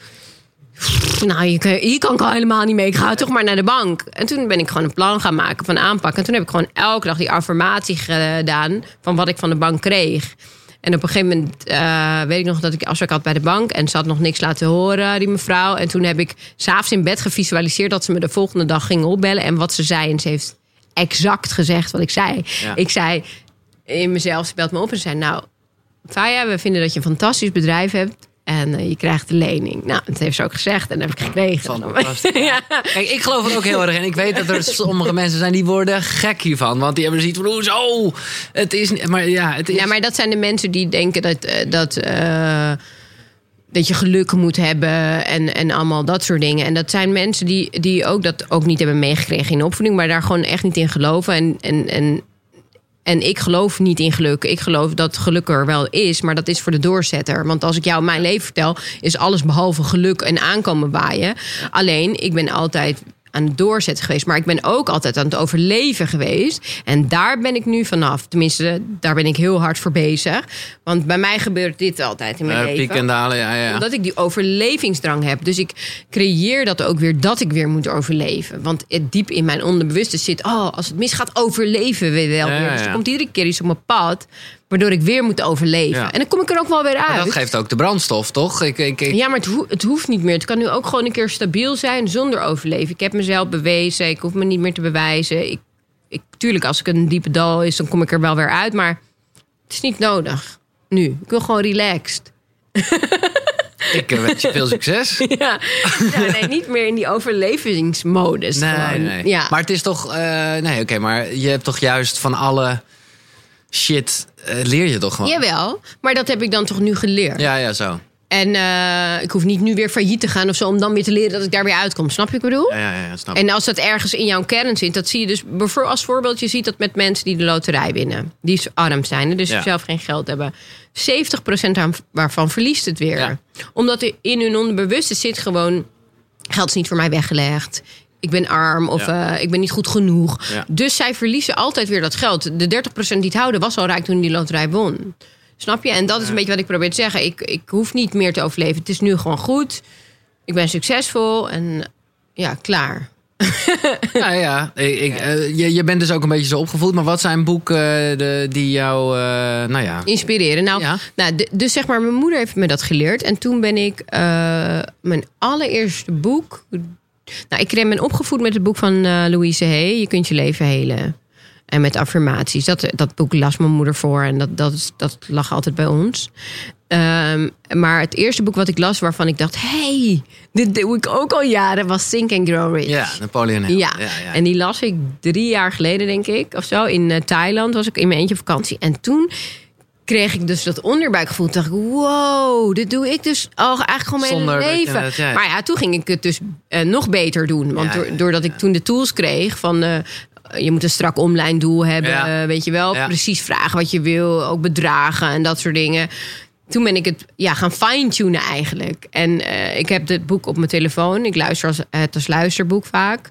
S2: nou, hier kan ik al helemaal niet mee. Ik ga toch maar naar de bank. En toen ben ik gewoon een plan gaan maken van aanpak. En toen heb ik gewoon elke dag die affirmatie gedaan... van wat ik van de bank kreeg. En op een gegeven moment weet ik nog dat ik afspraak had bij de bank... en ze had nog niks laten horen, die mevrouw. En toen heb ik 's avonds in bed gevisualiseerd... dat ze me de volgende dag ging opbellen en wat ze zei. En ze heeft exact gezegd wat ik zei. Ja. Ik zei in mezelf, ze belt me op en ze zei... nou, Faya, we vinden dat je een fantastisch bedrijf hebt... en je krijgt de lening. Nou, dat heeft ze ook gezegd en dat heb ik gekregen.
S1: Ja. Kijk, ik geloof het ook heel erg. En ik weet dat er sommige mensen zijn die worden gek hiervan. Want die hebben zoiets van, hoezo? Het is... Maar ja, het is...
S2: Ja, maar dat zijn de mensen die denken dat je geluk moet hebben en allemaal dat soort dingen. En dat zijn mensen die ook dat ook niet hebben meegekregen in de opvoeding... maar daar gewoon echt niet in geloven. En ik geloof niet in geluk. Ik geloof dat geluk er wel is, maar dat is voor de doorzetter. Want als ik jou mijn leven vertel, is alles behalve geluk en aankomen waaien. Alleen, ik ben altijd aan het doorzetten geweest. Maar ik ben ook altijd aan het overleven geweest. En daar ben ik nu vanaf. Tenminste, daar ben ik heel hard voor bezig. Want bij mij gebeurt dit altijd in mijn leven.
S1: Pieken en dalen, ja.
S2: Omdat ik die overlevingsdrang heb. Dus ik creëer dat ook weer, dat ik weer moet overleven. Want diep in mijn onderbewuste zit... als het misgaat, overleven we wel weer. Dus er komt iedere keer iets op mijn pad... waardoor ik weer moet overleven. Ja. En dan kom ik er ook wel weer uit.
S1: Maar dat geeft ook de brandstof, toch?
S2: Ja, maar het hoeft niet meer. Het kan nu ook gewoon een keer stabiel zijn zonder overleven. Ik heb mezelf bewezen. Ik hoef me niet meer te bewijzen. Tuurlijk, als ik een diepe dal is, dan kom ik er wel weer uit. Maar het is niet nodig. Nu. Ik wil gewoon relaxed.
S1: Ik wens je veel succes.
S2: Nee, niet meer in die overlevingsmodus.
S1: Nee. Ja. Maar het is toch... maar je hebt toch juist van alle... shit, leer je toch gewoon?
S2: Jawel, maar dat heb ik dan toch nu geleerd.
S1: Ja, zo.
S2: En ik hoef niet nu weer failliet te gaan of zo... om dan weer te leren dat ik daar weer uitkom. Snap je wat ik bedoel?
S1: Ja, snap.
S2: En als dat ergens in jouw kern zit... dat zie je dus als voorbeeld... je ziet dat met mensen die de loterij winnen. Die arm zijn, dus zelf geen geld hebben. 70% waarvan verliest het weer. Ja. Omdat er in hun onderbewuste zit gewoon... geld is niet voor mij weggelegd... ik ben arm of ik ben niet goed genoeg. Ja. Dus zij verliezen altijd weer dat geld. De 30% die het houden was al rijk toen die loterij won. Snap je? En dat is een beetje wat ik probeer te zeggen. Ik hoef niet meer te overleven. Het is nu gewoon goed. Ik ben succesvol en klaar.
S1: Je bent dus ook een beetje zo opgevoed. Maar wat zijn boeken die jou
S2: inspireren? Dus zeg maar, mijn moeder heeft me dat geleerd. En toen ben ik mijn allereerste boek... ik ben opgevoed met het boek van Louise Hay. Je kunt je leven helen. En met affirmaties. Dat boek las mijn moeder voor. En dat lag altijd bij ons. Maar het eerste boek wat ik las... waarvan ik dacht... hey, dit doe ik ook al jaren... was Think and Grow Rich.
S1: Ja, Napoleon Hill.
S2: Ja. En die las ik 3 jaar geleden, denk ik. Of zo. In Thailand was ik in mijn eentje op vakantie. En toen... kreeg ik dus dat onderbuikgevoel. Toen dacht ik, wow, dit doe ik dus al eigenlijk gewoon mijn hele leven. Maar toen ging ik het dus nog beter doen. Want doordat ik toen de tools kreeg van... je moet een strak online doel hebben, weet je wel. Ja. Precies vragen wat je wil, ook bedragen en dat soort dingen. Toen ben ik het gaan fine-tunen eigenlijk. En ik heb het boek op mijn telefoon. Ik luister het als luisterboek vaak.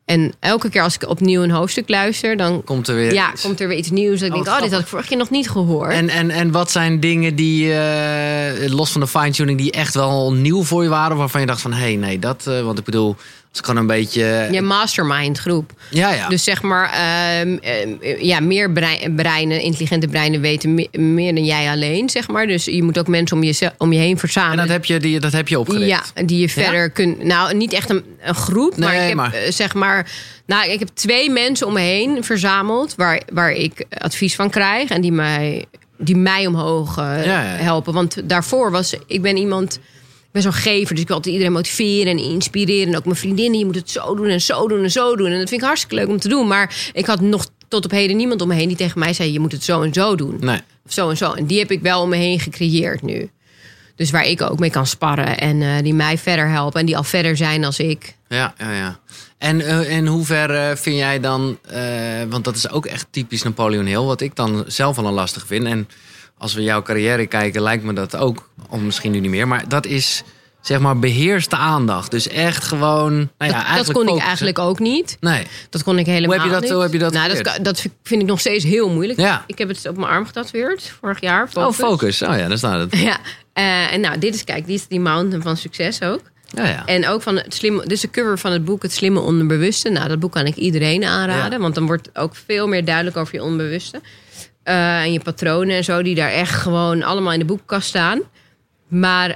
S2: En elke keer als ik opnieuw een hoofdstuk luister, dan
S1: komt er weer
S2: iets nieuws. Dat ik denk, dit had ik vorige keer nog niet gehoord.
S1: En wat zijn dingen die, los van de fine-tuning, die echt wel nieuw voor je waren, waarvan je dacht van, nee, dat, want ik bedoel, als ik gewoon een beetje...
S2: Je mastermind groep.
S1: Ja.
S2: Dus zeg maar, meer breinen, intelligente breinen weten meer dan jij alleen, zeg maar. Dus je moet ook mensen om je heen verzamelen.
S1: En dat heb je opgericht?
S2: Ja, die je verder kunt... Nou, niet echt een groep,
S1: nee,
S2: maar ik heb zeg maar... Nou, ik heb 2 mensen om me heen verzameld waar ik advies van krijg en die mij omhoog helpen. Want daarvoor ik ben iemand... Ik ben zo'n gever, dus ik wil altijd iedereen motiveren en inspireren. En ook mijn vriendinnen, je moet het zo doen en zo doen en zo doen. En dat vind ik hartstikke leuk om te doen. Maar ik had nog tot op heden niemand om me heen die tegen mij zei... je moet het zo en zo doen.
S1: Nee.
S2: Of zo en zo. En die heb ik wel om me heen gecreëerd nu. Dus waar ik ook mee kan sparren en die mij verder helpen. En die al verder zijn als ik.
S1: Ja. En in hoeverre vind jij dan... want dat is ook echt typisch Napoleon Hill... wat ik dan zelf al een lastig vind. En als we jouw carrière kijken, lijkt me dat ook... of misschien nu niet meer, maar dat is... zeg maar beheerste aandacht. Dus echt gewoon...
S2: dat kon ik eigenlijk ook niet.
S1: Nee.
S2: Dat kon ik helemaal niet.
S1: Hoe heb je dat
S2: dat vind ik nog steeds heel moeilijk.
S1: Ja.
S2: Ik heb het op mijn arm getatoeëerd vorig jaar.
S1: Focus. Oh, Focus. Oh ja, daar staat het.
S2: Ja. En dit is die mountain van succes ook.
S1: Ja.
S2: En ook van dit is de cover van het boek Het Slimme Onderbewuste. Nou, dat boek kan ik iedereen aanraden. Ja. Want dan wordt ook veel meer duidelijk over je onbewuste. En je patronen en zo. Die daar echt gewoon allemaal in de boekenkast staan. Maar...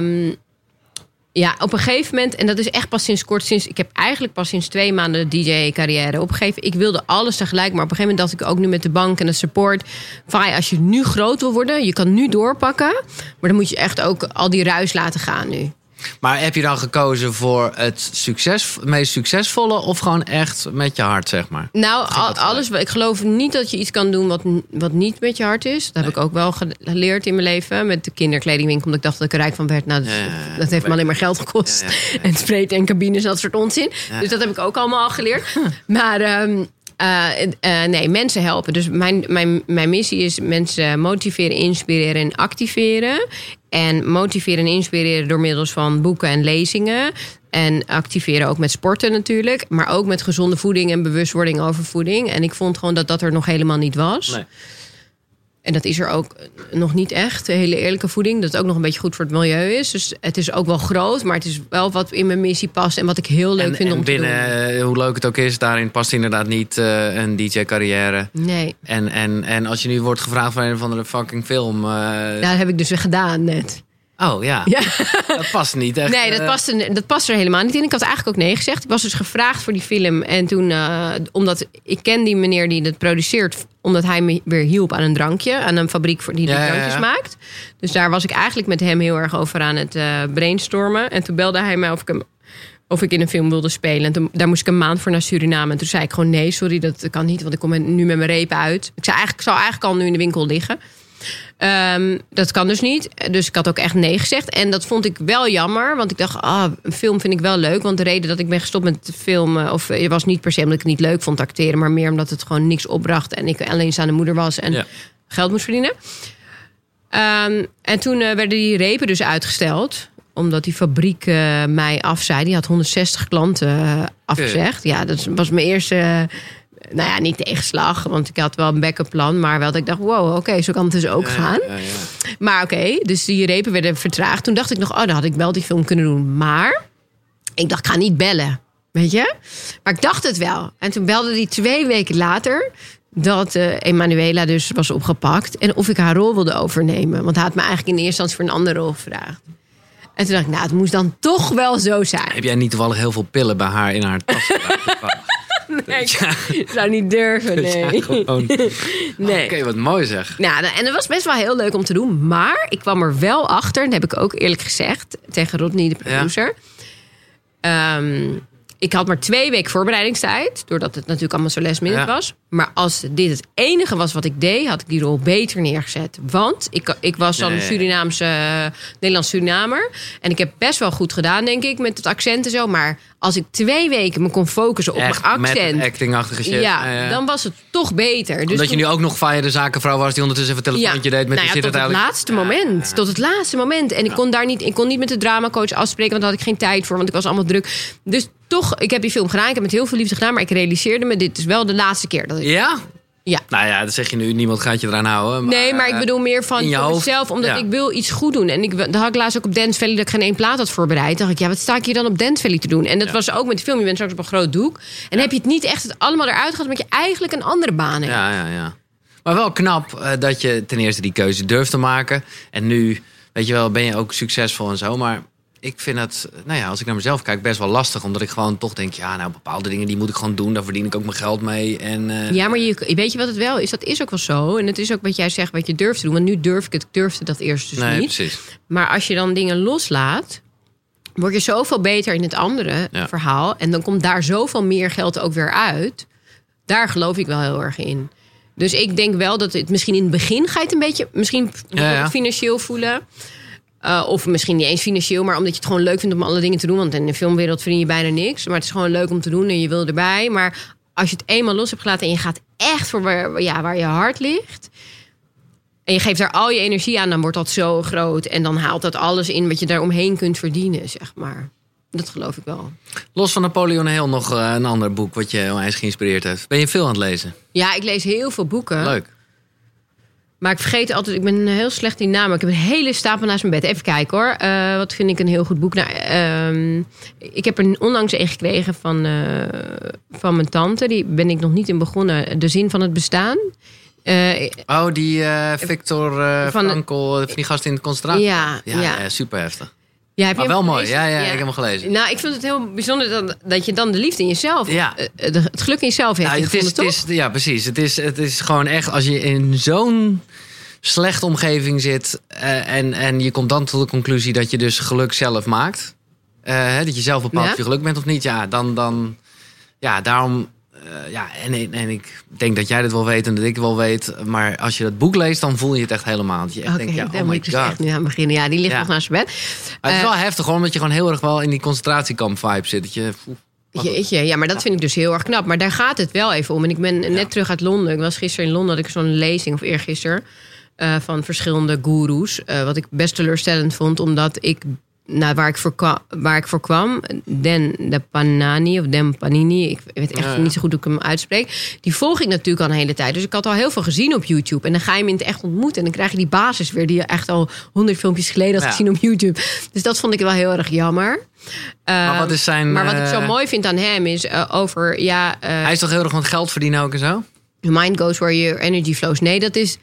S2: op een gegeven moment, en dat is echt pas ik heb eigenlijk pas sinds 2 maanden de DJ-carrière opgegeven. Ik wilde alles tegelijk, maar op een gegeven moment dacht ik ook nu met de bank en de support. Als je nu groot wil worden, je kan nu doorpakken. Maar dan moet je echt ook al die ruis laten gaan nu.
S1: Maar heb je dan gekozen voor het meest succesvolle of gewoon echt met je hart, zeg maar?
S2: Nou, alles. Ik geloof niet dat je iets kan doen wat niet met je hart is. Dat heb ik ook wel geleerd in mijn leven. Met de kinderkledingwinkel, omdat ik dacht dat ik er rijk van werd. Nou, dat heeft me alleen maar geld gekost. Ja. En spreten en cabines, dat soort onzin. Ja. Dus dat heb ik ook allemaal al geleerd. Maar... nee, mensen helpen. Dus mijn missie is mensen motiveren, inspireren en activeren. En motiveren en inspireren door middels van boeken en lezingen. En activeren ook met sporten natuurlijk. Maar ook met gezonde voeding en bewustwording over voeding. En ik vond gewoon dat er nog helemaal niet was. Nee. En dat is er ook nog niet echt. Hele eerlijke voeding. Dat het ook nog een beetje goed voor het milieu is. Dus het is ook wel groot. Maar het is wel wat in mijn missie past. En wat ik heel leuk vind om te doen. En
S1: binnen, hoe leuk het ook is, daarin past inderdaad niet een DJ-carrière.
S2: Nee.
S1: En als je nu wordt gevraagd voor een of andere fucking film...
S2: dat heb ik dus weer gedaan net.
S1: Oh ja. Dat past niet echt.
S2: Nee, dat past er helemaal niet in. Ik had eigenlijk ook nee gezegd. Ik was dus gevraagd voor die film. En toen, omdat ik ken die meneer die het produceert... omdat hij me weer hielp aan een drankje. Aan een fabriek die drankjes maakt. Dus daar was ik eigenlijk met hem heel erg over aan het brainstormen. En toen belde hij mij of ik in een film wilde spelen. En daar moest ik een maand voor naar Suriname. En toen zei ik gewoon nee, sorry, dat kan niet. Want ik kom nu met mijn repen uit. Ik zou eigenlijk al nu in de winkel liggen. Dat kan dus niet. Dus ik had ook echt nee gezegd. En dat vond ik wel jammer. Want ik dacht, een film vind ik wel leuk. Want de reden dat ik ben gestopt met de film... het was niet per se omdat ik het niet leuk vond acteren... maar meer omdat het gewoon niks opbracht... en ik alleenstaande moeder was en geld moest verdienen. En toen werden die repen dus uitgesteld... omdat die fabriek mij afzei. Die had 160 klanten afgezegd. Ja, dat was mijn eerste... niet tegenslag, want ik had wel een backup plan. Maar wel dat ik dacht, wow, oké, zo kan het dus ook gaan. Ja. Maar oké, dus die repen werden vertraagd. Toen dacht ik nog, dan had ik wel die film kunnen doen. Maar ik dacht, ik ga niet bellen. Weet je? Maar ik dacht het wel. En toen belde die 2 weken later... dat Emanuela dus was opgepakt. En of ik haar rol wilde overnemen. Want hij had me eigenlijk in de eerste instantie voor een andere rol gevraagd. En toen dacht ik, het moest dan toch wel zo zijn.
S1: Heb jij niet toevallig heel veel pillen bij haar in haar tas?
S2: Nee, ik zou niet durven, nee.
S1: Nee. Oké, wat mooi zeg.
S2: Nou, en het was best wel heel leuk om te doen. Maar ik kwam er wel achter, en dat heb ik ook eerlijk gezegd... tegen Rodney, de producer. Ja. Ik had maar 2 weken voorbereidingstijd. Doordat het natuurlijk allemaal zo last minute was. Maar als dit het enige was wat ik deed... had ik die rol beter neergezet. Want ik was dan een Nederlands Surinamer. En ik heb best wel goed gedaan, denk ik, met het accent en zo. Maar als ik 2 weken me kon focussen op
S1: Echt,
S2: mijn accent.
S1: met actingachtige shit.
S2: Ja, dan was het toch beter. Dus
S1: Omdat je nu ook nog via de zakenvrouw was die ondertussen even een telefoontje deed met
S2: nou
S1: die
S2: ja,
S1: zit
S2: tot het laatste moment. Tot het laatste moment. En ik kon niet met de dramacoach afspreken, want daar had ik geen tijd voor, want ik was allemaal druk. Dus toch, ik heb die film gedaan. Ik heb het met heel veel liefde gedaan, maar ik realiseerde me, dit is wel de laatste keer dat ik...
S1: Ja?
S2: Ja.
S1: Nou ja, dat zeg je nu, niemand gaat je eraan houden. Maar,
S2: Nee, maar ik bedoel meer van
S1: in je
S2: voor
S1: hoofd,
S2: mezelf, omdat
S1: ja.
S2: ik wil iets goed doen. En dat had ik laatst ook op Dance Valley, dat ik geen 1 plaat had voorbereid. Dacht ik, ja, wat sta ik hier dan op Dance Valley te doen? En dat was ook met de film, je bent straks op een groot doek. En heb je het niet echt het allemaal eruit gehad, omdat je eigenlijk een andere baan hebt.
S1: Ja. Maar wel knap dat je ten eerste die keuze durft te maken. En nu, weet je wel, ben je ook succesvol en zo. Maar ik vind het, nou ja, als ik naar mezelf kijk, best wel lastig. Omdat ik gewoon toch denk, ja, nou, bepaalde dingen die moet ik gewoon doen. Daar verdien ik ook mijn geld mee. En,
S2: Ja, maar weet je wat het wel is? Dat is ook wel zo. En het is ook wat jij zegt, wat je durft te doen. Want nu ik durfde dat eerst dus
S1: nee,
S2: niet.
S1: precies.
S2: Maar als je dan dingen loslaat, word je zoveel beter in het andere verhaal. En dan komt daar zoveel meer geld ook weer uit. Daar geloof ik wel heel erg in. Dus ik denk wel dat het misschien in het begin ga je het een beetje misschien financieel voelen. Of misschien niet eens financieel, maar omdat je het gewoon leuk vindt om alle dingen te doen. Want in de filmwereld verdien je bijna niks. Maar het is gewoon leuk om te doen en je wil erbij. Maar als je het eenmaal los hebt gelaten en je gaat echt voor waar je hart ligt. En je geeft daar al je energie aan, dan wordt dat zo groot. En dan haalt dat alles in wat je daar omheen kunt verdienen, zeg maar. Dat geloof ik wel.
S1: Los van Napoleon Hill nog een ander boek wat je onwijs geïnspireerd heeft. Ben je veel aan het lezen?
S2: Ja, ik lees heel veel boeken.
S1: Leuk.
S2: Maar ik vergeet altijd, ik ben heel slecht in namen. Ik heb een hele stapel naast mijn bed. Even kijken hoor. Wat vind ik een heel goed boek? Nou, ik heb er onlangs een gekregen van mijn tante. Die ben ik nog niet in begonnen. De zin van het bestaan.
S1: Die Victor Frankl, van die gast in de concentratie. Ja, super heftig.
S2: Ja,
S1: maar wel mooi. Ja, ik heb hem gelezen.
S2: Nou, ik vind het heel bijzonder dat je dan de liefde in jezelf, het geluk in jezelf heeft.
S1: Ja, precies. Het is gewoon echt, als je in zo'n slechte omgeving zit en je komt dan tot de conclusie dat je dus geluk zelf maakt. Dat je zelf bepaalt of je geluk bent of niet. Ja, dan daarom... en ik denk dat jij dit wel weet en dat ik het wel weet. Maar als je dat boek leest, dan voel je het echt helemaal. Dat je echt denkt,
S2: daar moet ik dus echt nu aan beginnen. Ja, die ligt nog naast mijn bed.
S1: Maar het is wel heftig, hoor, omdat je gewoon heel erg wel in die concentratiekamp-vibe zit. Dat je,
S2: Jeetje, ja, maar dat vind ik dus heel erg knap. Maar daar gaat het wel even om. En ik ben net terug uit Londen. Ik was gisteren in Londen, had ik zo'n lezing, of eergisteren, van verschillende goeroes. Wat ik best teleurstellend vond, omdat ik... Nou, waar ik voor kwam, Den Panini, ik weet echt niet zo goed hoe ik hem uitspreek. Die volg ik natuurlijk al een hele tijd. Dus ik had al heel veel gezien op YouTube. En dan ga je hem in het echt ontmoeten. En dan krijg je die basis weer, die je echt al 100 filmpjes geleden had gezien op YouTube. Dus dat vond ik wel heel erg jammer.
S1: Maar wat is zijn...
S2: Maar wat ik zo mooi vind aan hem is over...
S1: hij is toch heel erg van het geld verdienen ook en zo?
S2: Your mind goes where your energy flows. Nee,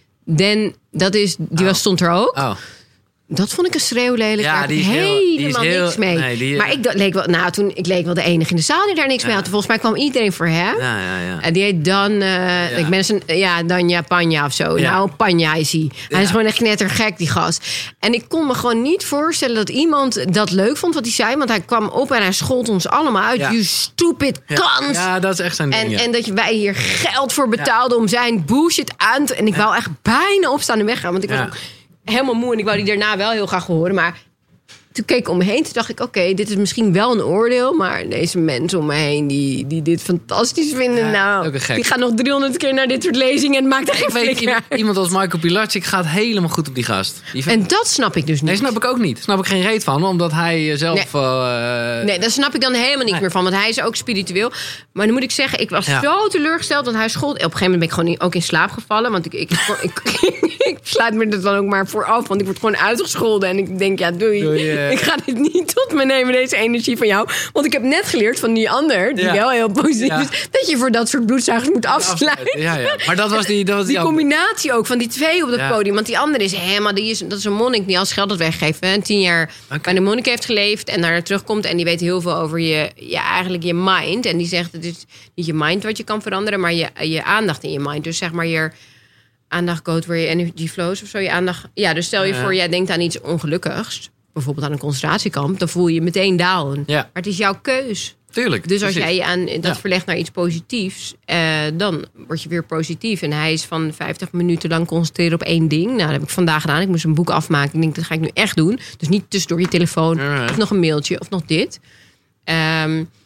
S2: die stond er ook.
S1: Oh.
S2: Dat vond ik een schreeuwlelijk.
S1: Ja,
S2: daar heb ik helemaal niks mee.
S1: Nee,
S2: maar ik leek wel de enige in de zaal die daar niks mee had. Volgens mij kwam iedereen voor hem.
S1: Ja.
S2: Die heet Dan... Ik ben Danja Panja of zo.
S1: Ja.
S2: Nou, Panja is hij. Hij is gewoon echt knettergek, die gast. En ik kon me gewoon niet voorstellen dat iemand dat leuk vond wat hij zei. Want hij kwam op en hij schold ons allemaal uit. You stupid kans.
S1: Ja, dat is echt zijn ding.
S2: En dat wij hier geld voor betaalden om zijn bullshit aan te... En ik wou echt bijna opstaan en weggaan. Want ik was ook helemaal moe en ik wou die daarna wel heel graag horen. Maar toen keek ik om me heen. Toen dacht ik, oké, dit is misschien wel een oordeel. Maar deze mensen om me heen die dit fantastisch vinden. Die gaan nog 300 keer naar dit soort lezingen. En het maakt er geen flikker uit.
S1: Iemand als Michael Pilarczyk gaat helemaal goed op die gast.
S2: En dat snap ik dus niet.
S1: Nee, snap ik ook niet. Snap ik geen reet van. Omdat hij zelf...
S2: Nee, daar snap ik dan helemaal niks meer van. Want hij is ook spiritueel. Maar dan moet ik zeggen, ik was zo teleurgesteld. Want hij schold... Op een gegeven moment ben ik gewoon ook in slaap gevallen. Want ik sluit me er dan ook maar voor af. Want ik word gewoon uitgescholden. En ik denk, doei. Ik ga dit niet tot me nemen, deze energie van jou. Want ik heb net geleerd van die ander, die wel heel positief is, dat je voor dat soort bloedzuigers moet afsluiten.
S1: Ja. Maar dat was die
S2: combinatie ook van die twee op het podium. Want die andere is helemaal, dat is een monnik die als geld had weggegeven. 10 jaar bij de monnik heeft geleefd en naar terugkomt. En die weet heel veel over eigenlijk je mind. En die zegt, het is niet je mind wat je kan veranderen, maar je aandacht in je mind. Dus zeg maar je aandacht goes where je energy flows of zo. Je aandacht, dus stel je voor, jij denkt aan iets ongelukkigs. Bijvoorbeeld aan een concentratiekamp, dan voel je je meteen down. Ja. Maar het is jouw keus.
S1: Tuurlijk.
S2: Dus als jij je aan dat verlegt naar iets positiefs, dan word je weer positief. En hij is van 50 minuten lang concentreren op één ding. Nou, dat heb ik vandaag gedaan. Ik moest een boek afmaken. Ik denk, dat ga ik nu echt doen. Dus niet tussendoor je telefoon of nog een mailtje of nog dit.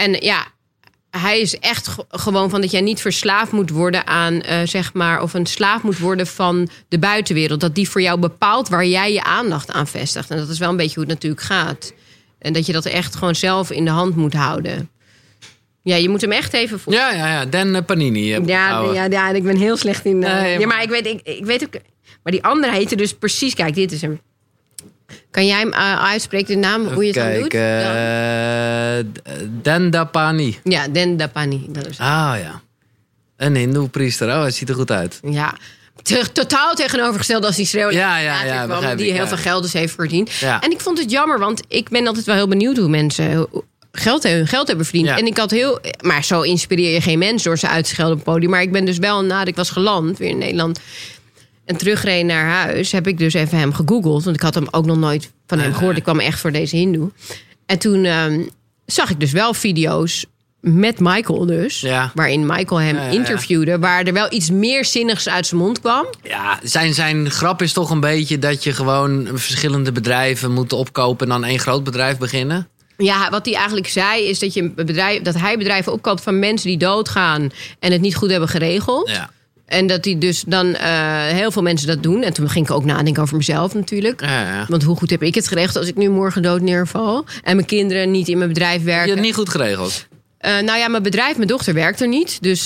S2: En ja, hij is echt gewoon van dat jij niet verslaafd moet worden aan, zeg maar, of een slaaf moet worden van de buitenwereld. Dat die voor jou bepaalt waar jij je aandacht aan vestigt. En dat is wel een beetje hoe het natuurlijk gaat. En dat je dat echt gewoon zelf in de hand moet houden. Ja, je moet hem echt even volgen.
S1: Ja. Dan Panini.
S2: Ja, ik ben heel slecht in...
S1: Nee,
S2: ja, maar ik weet ook... Maar die andere heette dus precies... Kijk, dit is hem. Kan jij hem uitspreken, de naam, hoe je het dan doet?
S1: Dendapani.
S2: Ja, Dendapani. Dat is
S1: ja. Een hindoe-priester. Oh, het ziet er goed uit.
S2: Ja. Totaal tegenovergesteld als die schreeuwt.
S1: Ja,
S2: die heel veel geld dus heeft verdiend.
S1: Ja.
S2: En ik vond het jammer, want ik ben altijd wel heel benieuwd hoe mensen geld hebben verdiend.
S1: Ja.
S2: En ik had maar zo inspireer je geen mens door ze uit te schelden op het podium. Maar ik ben dus wel, nadat ik was geland weer in Nederland en terugreed naar huis, heb ik dus even hem gegoogeld. Want ik had hem ook nog nooit van hem gehoord. Ik kwam echt voor deze hindoe. En toen zag ik dus wel video's met Michael dus.
S1: Ja.
S2: Waarin Michael hem interviewde. Waar er wel iets meer zinnigs uit zijn mond kwam.
S1: Ja, zijn grap is toch een beetje dat je gewoon verschillende bedrijven moet opkopen en dan één groot bedrijf beginnen.
S2: Ja, wat hij eigenlijk zei is dat hij bedrijven opkoopt van mensen die doodgaan en het niet goed hebben geregeld.
S1: Ja.
S2: En dat hij dus dan heel veel mensen dat doen. En toen ging ik ook nadenken over mezelf natuurlijk.
S1: Ja.
S2: Want hoe goed heb ik het geregeld als ik nu morgen dood neerval? En mijn kinderen niet in mijn bedrijf werken.
S1: Je hebt het niet goed geregeld.
S2: Mijn dochter werkt er niet. Dus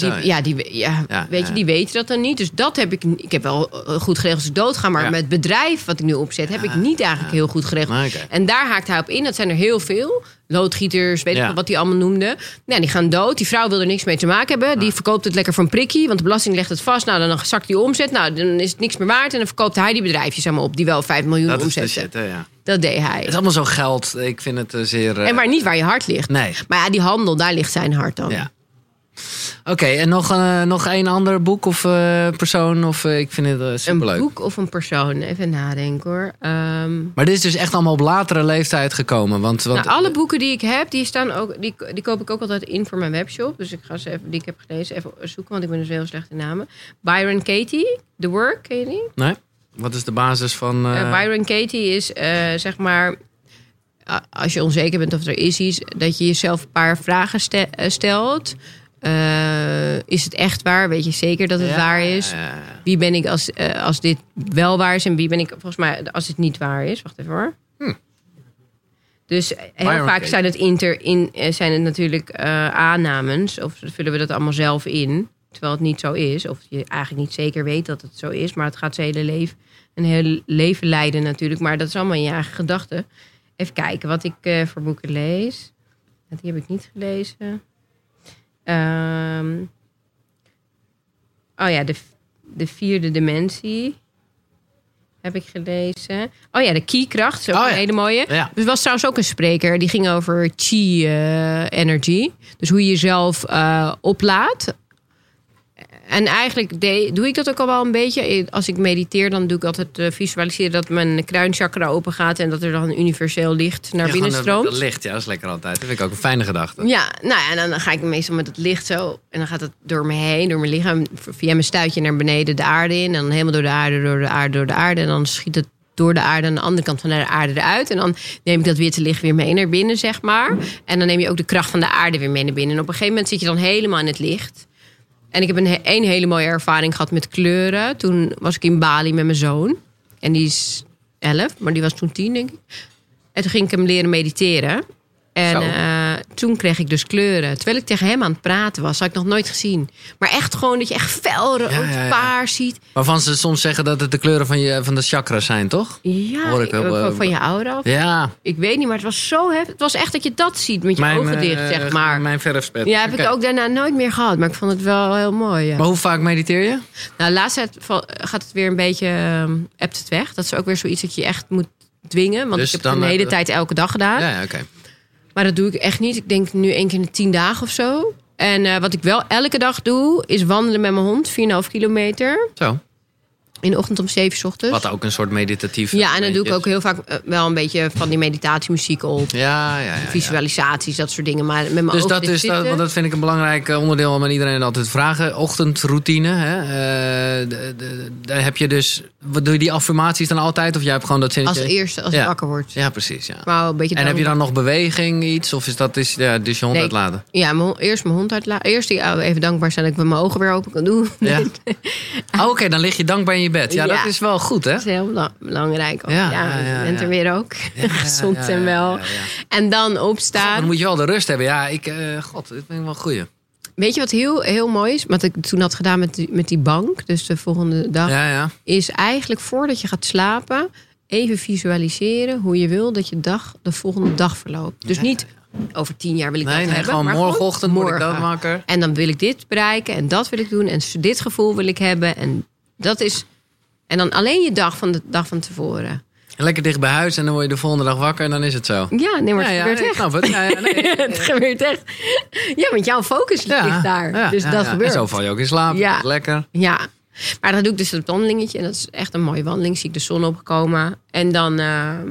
S2: die weten dat dan niet. Dus dat heb ik heb wel goed geregeld als ik doodga. Maar met het bedrijf wat ik nu opzet, heb ik niet eigenlijk heel goed geregeld.
S1: Okay.
S2: En daar haakt hij op in. Dat zijn er heel veel. Loodgieters, weet ik wel wat hij allemaal noemde. Nou, die gaan dood. Die vrouw wil er niks mee te maken hebben. Die verkoopt het lekker voor een prikkie. Want de belasting legt het vast. Nou, dan zakt die omzet. Nou, dan is het niks meer waard. En dan verkoopt hij die bedrijfjes allemaal op. Die wel 5 miljoen omzetten. Dat deed hij.
S1: Het is allemaal zo geld. Ik vind het zeer...
S2: En maar niet waar je hart ligt.
S1: Nee.
S2: Maar ja, die handel, daar ligt zijn hart dan.
S1: Ja. Oké, en nog een ander boek of persoon? Of ik vind het superleuk.
S2: Een boek of een persoon? Even nadenken hoor.
S1: Maar dit is dus echt allemaal op latere leeftijd gekomen. Want
S2: alle boeken die ik heb, die staan ook, die koop ik ook altijd in voor mijn webshop. Dus ik ga ze even, die ik heb gelezen, even zoeken, want ik ben dus heel slecht in namen. Byron Katie, The Work, ken je die?
S1: Nee. Wat is de basis van...
S2: Byron Katie is, zeg maar, als je onzeker bent of er is iets, dat je jezelf een paar vragen stelt. Is het echt waar? Weet je zeker dat het waar is? Wie ben ik als dit wel waar is? En wie ben ik volgens mij als het niet waar is? Wacht even hoor. Dus heel
S1: Byron
S2: vaak zijn het natuurlijk aannames. Of vullen we dat allemaal zelf in. Terwijl het niet zo is. Of je eigenlijk niet zeker weet dat het zo is. Maar het gaat zijn hele leven leiden natuurlijk. Maar dat is allemaal in je eigen gedachten. Even kijken wat ik voor boeken lees. Die heb ik niet gelezen. De vierde dimensie heb ik gelezen. Oh ja, de Ki-kracht, is ook een hele mooie.
S1: Ja.
S2: Dus was trouwens ook een spreker, die ging over Chi-energy. Dus hoe je jezelf oplaadt. En eigenlijk doe ik dat ook al wel een beetje. Als ik mediteer, dan doe ik altijd visualiseren dat mijn kruinchakra open gaat en dat er dan een universeel licht naar binnen stroomt.
S1: Dat licht, dat is lekker altijd. Dat vind ik ook een fijne gedachte.
S2: Ja, nou en dan ga ik meestal met het licht zo. En dan gaat het door me heen, door mijn lichaam, via mijn stuitje naar beneden de aarde in. En dan helemaal door de aarde, door de aarde, door de aarde. En dan schiet het door de aarde aan de andere kant van de aarde eruit. En dan neem ik dat witte licht weer mee naar binnen, zeg maar. En dan neem je ook de kracht van de aarde weer mee naar binnen. En op een gegeven moment zit je dan helemaal in het licht. En ik heb een hele mooie ervaring gehad met kleuren. Toen was ik in Bali met mijn zoon. En die is 11, maar die was toen 10, denk ik. En toen ging ik hem leren mediteren. En toen kreeg ik dus kleuren. Terwijl ik tegen hem aan het praten was. Had ik nog nooit gezien. Maar echt gewoon dat je echt felrood, paars ziet.
S1: Waarvan ze soms zeggen dat het de kleuren van de chakras zijn, toch?
S2: Ja,
S1: hoor ik
S2: van je aura af.
S1: Ja.
S2: Ik weet niet, maar het was zo heftig. Het was echt dat je dat ziet met je ogen dicht, zeg maar.
S1: Mijn verfspet.
S2: Ja, heb ik ook daarna nooit meer gehad. Maar ik vond het wel heel mooi, ja.
S1: Maar hoe vaak mediteer je?
S2: Nou, laatst gaat het weer een beetje, ebt het weg. Dat is ook weer zoiets dat je echt moet dwingen. Want
S1: Dus
S2: ik heb het de hele tijd elke dag gedaan.
S1: Ja, oké.
S2: Maar dat doe ik echt niet. Ik denk nu 1 keer in de 10 dagen of zo. En wat ik wel elke dag doe, is wandelen met mijn hond. 4,5 kilometer.
S1: Zo.
S2: In de ochtend om 7 ochtends.
S1: Wat ook een soort meditatief...
S2: Ja, en dan doe ik ook heel vaak wel een beetje van die meditatiemuziek op.
S1: Ja.
S2: Visualisaties, dat soort dingen. Maar met mijn
S1: Dus
S2: ogen dicht zitten.
S1: want dat vind ik een belangrijk onderdeel om aan iedereen altijd te vragen. Ochtendroutine. Hè? Daar heb je dus... Doe je die affirmaties dan altijd? Of jij hebt gewoon dat zinnetje?
S2: Als eerste, als ik wakker word.
S1: Ja, precies. Ja.
S2: Maar een beetje
S1: en heb je dan nog beweging, iets? Of is dat dus je hond uitlaten?
S2: Ja, eerst mijn hond uitlaten. Eerst even dankbaar zijn dat ik mijn ogen weer open kan doen.
S1: Ja. Oké, dan lig je dankbaar in je bed. Ja, dat is wel goed, hè?
S2: Dat is heel belangrijk.
S1: Je
S2: bent er weer ook. Gezond en wel.
S1: Ja.
S2: En dan opstaan.
S1: Dan moet je wel de rust hebben. Ja, dit vind ik wel goeie.
S2: Weet je wat heel mooi is? Wat ik toen had gedaan met die bank. Dus de volgende dag. Is eigenlijk voordat je gaat slapen... even visualiseren hoe je wil dat je de volgende dag verloopt. Dus niet over 10 jaar wil ik dat hebben.
S1: Gewoon
S2: maar
S1: morgenochtend
S2: morgen.
S1: word ik dat wakker.
S2: En dan wil ik dit bereiken en dat wil ik doen. En dit gevoel wil ik hebben. En dat is... En dan alleen je dag van tevoren.
S1: En lekker dicht bij huis en dan word je de volgende dag wakker en dan is het zo.
S2: Ja, nee, maar het gebeurt echt.
S1: Ik snap het.
S2: Het gebeurt echt. Ja, want jouw focus ligt daar. Dus dat gebeurt.
S1: En zo val je ook in slaap.
S2: Ja.
S1: Lekker.
S2: Ja. Maar dan doe ik dus het wandelingetje. En dat is echt een mooie wandeling. Zie ik de zon opkomen. En dan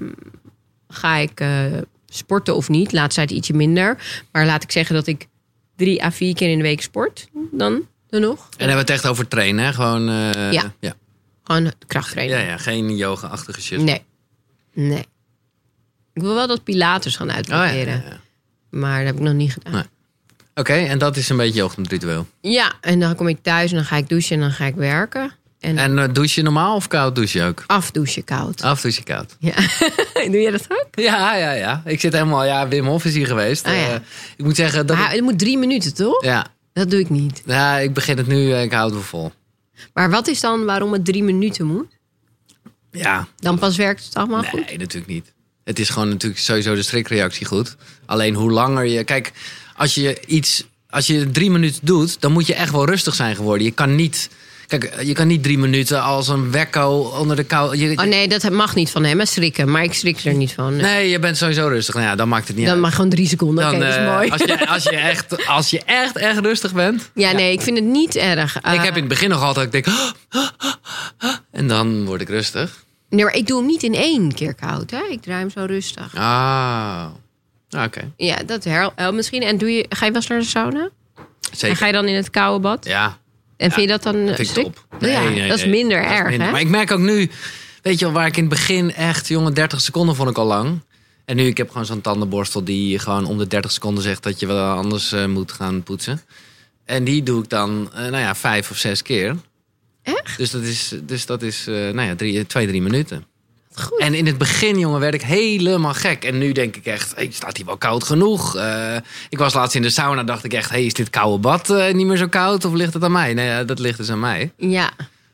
S2: ga ik sporten of niet. Laatst tijd ietsje minder. Maar laat ik zeggen dat ik 3 à 4 keer in de week sport. Dan nog. En
S1: dan hebben we het echt over trainen, hè? Gewoon,
S2: ja. Gewoon krachttrainen.
S1: Ja, geen yoga-achtige shit.
S2: Nee. Ik wil wel dat Pilates gaan uitproberen. Ja. Maar dat heb ik nog niet gedaan. Nee.
S1: Oké, en dat is een beetje je ochtendritueel.
S2: Ja, en dan kom ik thuis en dan ga ik douchen en dan ga ik werken.
S1: En douche je normaal of koud douche je ook?
S2: Afdouchen koud.
S1: Afdouchen koud.
S2: Ja. Doe je dat ook?
S1: Ja. Ik zit helemaal... Wim Hof is hier geweest. Ik moet zeggen...
S2: Het moet 3 minuten, toch?
S1: Ja.
S2: Dat doe ik niet.
S1: Ja, ik begin het nu. Ik hou het wel vol.
S2: Maar wat is dan waarom het 3 minuten moet?
S1: Ja.
S2: Dan pas werkt het allemaal goed?
S1: Nee, natuurlijk niet. Het is gewoon natuurlijk sowieso de schrikreactie goed. Alleen hoe langer je... Kijk, als je 3 minuten doet, dan moet je echt wel rustig zijn geworden. Je kan niet... Kijk, je kan niet 3 minuten als een wekko onder de kou...
S2: Oh nee, dat mag niet van hem, schrikken. Maar ik schrik er niet van.
S1: Nee, je bent sowieso rustig. Nou ja, dan maakt het niet
S2: uit. Dan mag gewoon 3 seconden.
S1: Oké,
S2: dat is mooi.
S1: Als je echt rustig bent...
S2: Ja, nee, ik vind het niet erg.
S1: Ik heb in het begin nog altijd... Ik denk... En dan word ik rustig.
S2: Nee, maar ik doe hem niet in 1 keer koud. Hè? Ik draai hem zo rustig.
S1: Oké.
S2: Ja, dat helpt misschien. En ga je wel eens naar de sauna?
S1: Zeker.
S2: En ga je dan in het koude bad?
S1: Ja.
S2: En vind je dat dan...
S1: vind ik top.
S2: Nee, dat is minder erg, hè?
S1: Maar ik merk ook nu... Weet je wel, waar ik in het begin echt... 30 seconden vond ik al lang. En nu, ik heb gewoon zo'n tandenborstel... die gewoon om de 30 seconden zegt... dat je wel anders moet gaan poetsen. En die doe ik dan, 5 of 6 keer.
S2: Echt?
S1: Dus dat is 2-3 minuten.
S2: Goed.
S1: En in het begin, jongen, werd ik helemaal gek. En nu denk ik echt, staat hier wel koud genoeg? Ik was laatst in de sauna, dacht ik echt... is dit koude bad niet meer zo koud? Of ligt het aan mij? Nee, dat ligt dus aan mij.
S2: Ja.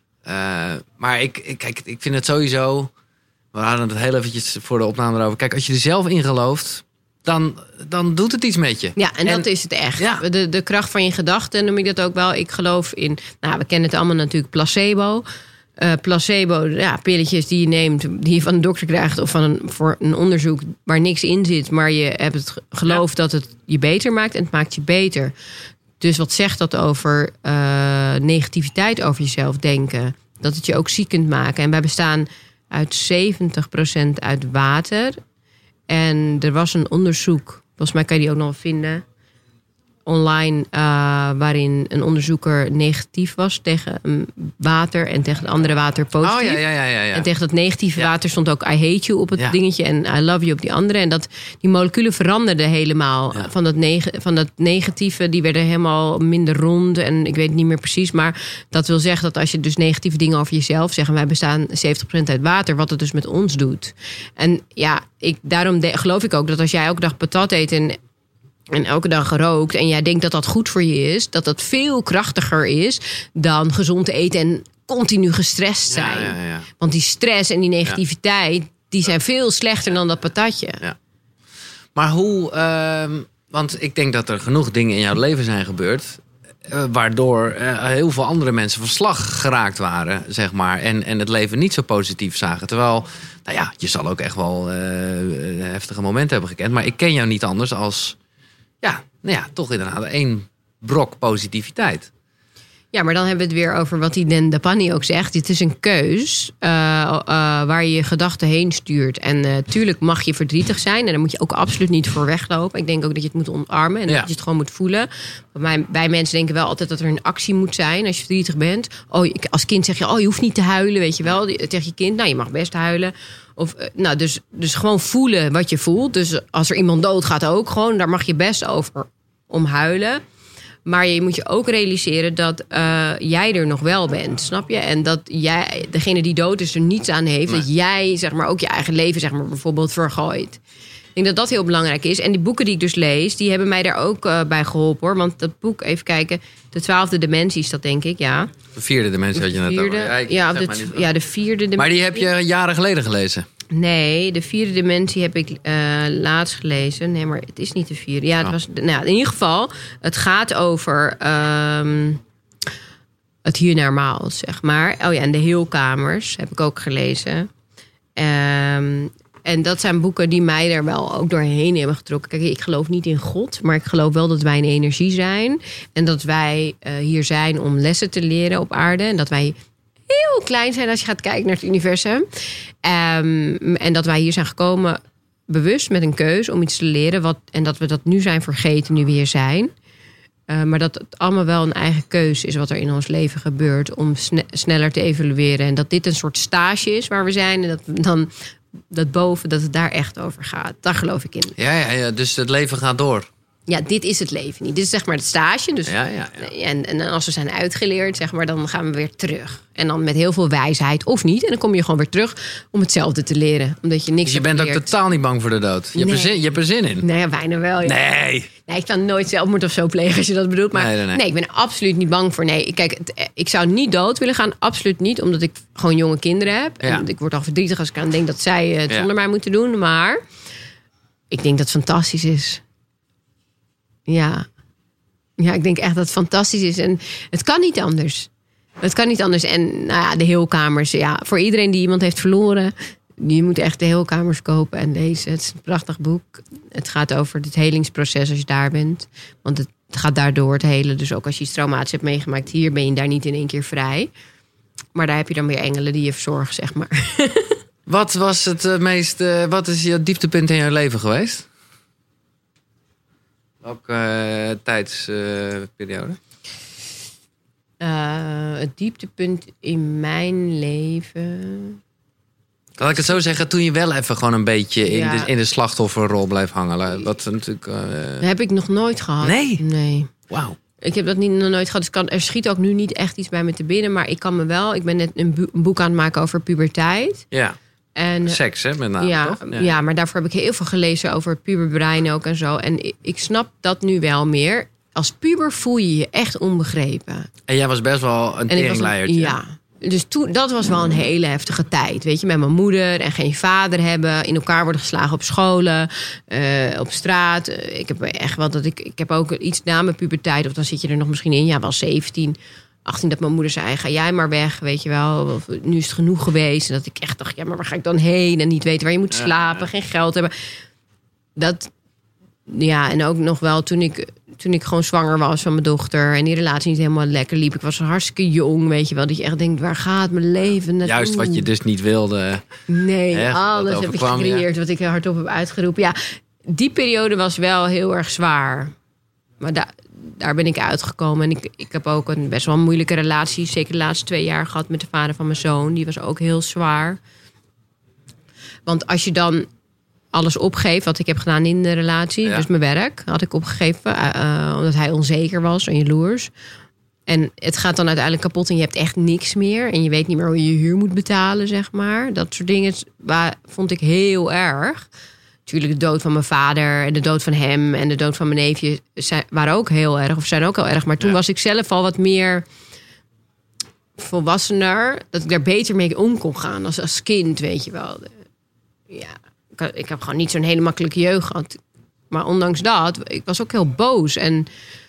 S1: Maar ik vind het sowieso... We hadden het heel eventjes voor de opname erover. Kijk, als je er zelf in gelooft... Dan doet het iets met je.
S2: Ja, en dat is het echt. Ja. De kracht van je gedachten noem ik dat ook wel. Ik geloof in... we kennen het allemaal natuurlijk, placebo... placebo, pilletjes die je neemt, die je van de dokter krijgt... of voor een onderzoek waar niks in zit... maar je hebt het geloof dat het je beter maakt en het maakt je beter. Dus wat zegt dat over negativiteit over jezelf denken? Dat het je ook ziek kunt maken. En wij bestaan uit 70% uit water. En er was een onderzoek, volgens mij kan je die ook nog vinden... online, waarin een onderzoeker negatief was tegen water... en tegen het andere water positief.
S1: Oh, ja.
S2: En tegen dat negatieve water stond ook I hate you op het dingetje... en I love you op die andere. En die moleculen veranderden helemaal. Ja. Van dat negatieve, die werden helemaal minder rond... en ik weet het niet meer precies, maar dat wil zeggen... dat als je dus negatieve dingen over jezelf zegt... en wij bestaan 70% uit water, wat het dus met ons doet. En ja, daarom geloof ik ook dat als jij elke dag patat eet... en elke dag gerookt en jij denkt dat dat goed voor je is... dat veel krachtiger is dan gezond eten en continu gestrest zijn.
S1: Ja.
S2: Want die stress en die negativiteit... die zijn veel slechter dan dat patatje.
S1: Ja. Maar hoe... want ik denk dat er genoeg dingen in jouw leven zijn gebeurd... waardoor heel veel andere mensen van slag geraakt waren, zeg maar... en het leven niet zo positief zagen. Terwijl, je zal ook echt wel heftige momenten hebben gekend... maar ik ken jou niet anders als... toch inderdaad 1 brok positiviteit.
S2: Ja, maar dan hebben we het weer over wat die Den Dapani ook zegt. Het is een keus waar je je gedachten heen stuurt. En tuurlijk mag je verdrietig zijn. En daar moet je ook absoluut niet voor weglopen. Ik denk ook dat je het moet omarmen. En dat je het gewoon moet voelen. Bij mensen denken wel altijd dat er een actie moet zijn als je verdrietig bent. Als kind zeg je, je hoeft niet te huilen, weet je wel. Tegen je kind, je mag best huilen. Of, dus gewoon voelen wat je voelt. Dus als er iemand doodgaat ook gewoon, daar mag je best over om huilen. Maar je moet je ook realiseren dat jij er nog wel bent, snap je? En dat jij, degene die dood is, er niets aan heeft. Nee. Dat jij zeg maar ook je eigen leven zeg maar bijvoorbeeld vergooit. Ik denk dat dat heel belangrijk is. En die boeken die ik dus lees, die hebben mij daar ook bij geholpen, hoor. Want dat boek, even kijken, de 12e dimensie is dat, denk ik, ja.
S1: De 4e dimensie had je net over.
S2: De 4e dimensie.
S1: Maar die heb je jaren geleden gelezen?
S2: Nee, de 4e dimensie heb ik laatst gelezen. Nee, maar het is niet de 4e. Ja, het was. In ieder geval, het gaat over het hiernamaals, zeg maar. En de heelkamers heb ik ook gelezen. En dat zijn boeken die mij er wel ook doorheen hebben getrokken. Kijk, ik geloof niet in God, maar ik geloof wel dat wij een energie zijn. En dat wij hier zijn om lessen te leren op aarde. En dat wij heel klein zijn als je gaat kijken naar het universum. En dat wij hier zijn gekomen bewust met een keuze om iets te leren. En dat we dat nu zijn vergeten, nu we hier zijn. Maar dat het allemaal wel een eigen keuze is wat er in ons leven gebeurt. Om sneller te evolueren. En dat dit een soort stage is waar we zijn. En dat dan dat boven, dat het daar echt over gaat. Daar geloof ik in.
S1: Ja, dus het leven gaat door.
S2: Ja, dit is het leven niet. Dit is zeg maar het stage. Dus, En als we zijn uitgeleerd, zeg maar, dan gaan we weer terug. En dan met heel veel wijsheid of niet. En dan kom je gewoon weer terug om hetzelfde te leren. Omdat je niks
S1: dus je bent ook totaal niet bang voor de dood? Je hebt er zin in?
S2: Nee, bijna wel. Ja.
S1: Nee,
S2: ik kan nooit zelfmoord of zo plegen als je dat bedoelt. Maar nee, ik ben er absoluut niet bang voor. Nee, kijk, ik zou niet dood willen gaan. Absoluut niet, omdat ik gewoon jonge kinderen heb. Ja. En ik word al verdrietig als ik aan denk dat zij het zonder mij moeten doen. Maar ik denk dat het fantastisch is. Ja, ik denk echt dat het fantastisch is. En het kan niet anders. Het kan niet anders. En de heelkamers. Ja, voor iedereen die iemand heeft verloren, die moet echt de heelkamers kopen en lezen. Het is een prachtig boek. Het gaat over het helingsproces als je daar bent. Want het gaat daardoor het hele. Dus ook als je iets traumatisch hebt meegemaakt hier, ben je daar niet in één keer vrij. Maar daar heb je dan weer engelen die je verzorgen, zeg maar.
S1: Wat was het meest? Wat is je dieptepunt in jouw leven geweest? Welke tijdsperiode?
S2: Het dieptepunt in mijn leven.
S1: Laat ik het zo zeggen, toen je wel even gewoon een beetje in de slachtofferrol blijft hangen. Wat natuurlijk.
S2: Heb ik nog nooit gehad. Nee.
S1: Wauw.
S2: Ik heb dat nog nooit gehad. Dus er schiet ook nu niet echt iets bij me te binnen. Maar ik kan me wel. Ik ben net een boek aan het maken over puberteit.
S1: Ja. En, seks, hè, met name, toch?
S2: Ja, maar daarvoor heb ik heel veel gelezen over het puberbrein ook en zo. En ik snap dat nu wel meer. Als puber voel je je echt onbegrepen.
S1: En jij was best wel een teringleiertje.
S2: Ja, dus dat was wel een hele heftige tijd. Weet je, met mijn moeder en geen vader hebben. In elkaar worden geslagen op scholen, op straat. Ik heb echt wel ik heb ook iets na mijn puberteit. Of dan zit je er nog misschien in. Ja, wel 17, 18 dat mijn moeder zei, ga jij maar weg, weet je wel. Of, nu is het genoeg geweest. En dat ik echt dacht, ja, maar waar ga ik dan heen? En niet weten waar je moet slapen, geen geld hebben. En ook nog wel toen ik gewoon zwanger was van mijn dochter. En die relatie niet helemaal lekker liep. Ik was hartstikke jong, weet je wel. Dat je echt denkt, waar gaat mijn leven naartoe?
S1: Juist wat je dus niet wilde.
S2: Nee, alles heb ik gecreëerd wat ik hardop heb uitgeroepen. Ja, die periode was wel heel erg zwaar. Maar daar ben ik uitgekomen. En ik heb ook een best wel moeilijke relatie. Zeker de laatste 2 jaar gehad met de vader van mijn zoon. Die was ook heel zwaar. Want als je dan alles opgeeft wat ik heb gedaan in de relatie. Ja. Dus mijn werk had ik opgegeven. Omdat hij onzeker was en jaloers. En het gaat dan uiteindelijk kapot en je hebt echt niks meer. En je weet niet meer hoe je je huur moet betalen, zeg maar. Dat soort dingen vond ik heel erg. Natuurlijk de dood van mijn vader en de dood van hem en de dood van mijn neefje waren ook heel erg. Of zijn ook heel erg. Maar toen was ik zelf al wat meer volwassener. Dat ik daar beter mee om kon gaan als kind, weet je wel. Ja, ik heb gewoon niet zo'n hele makkelijke jeugd gehad. Maar ondanks dat, ik was ook heel boos. En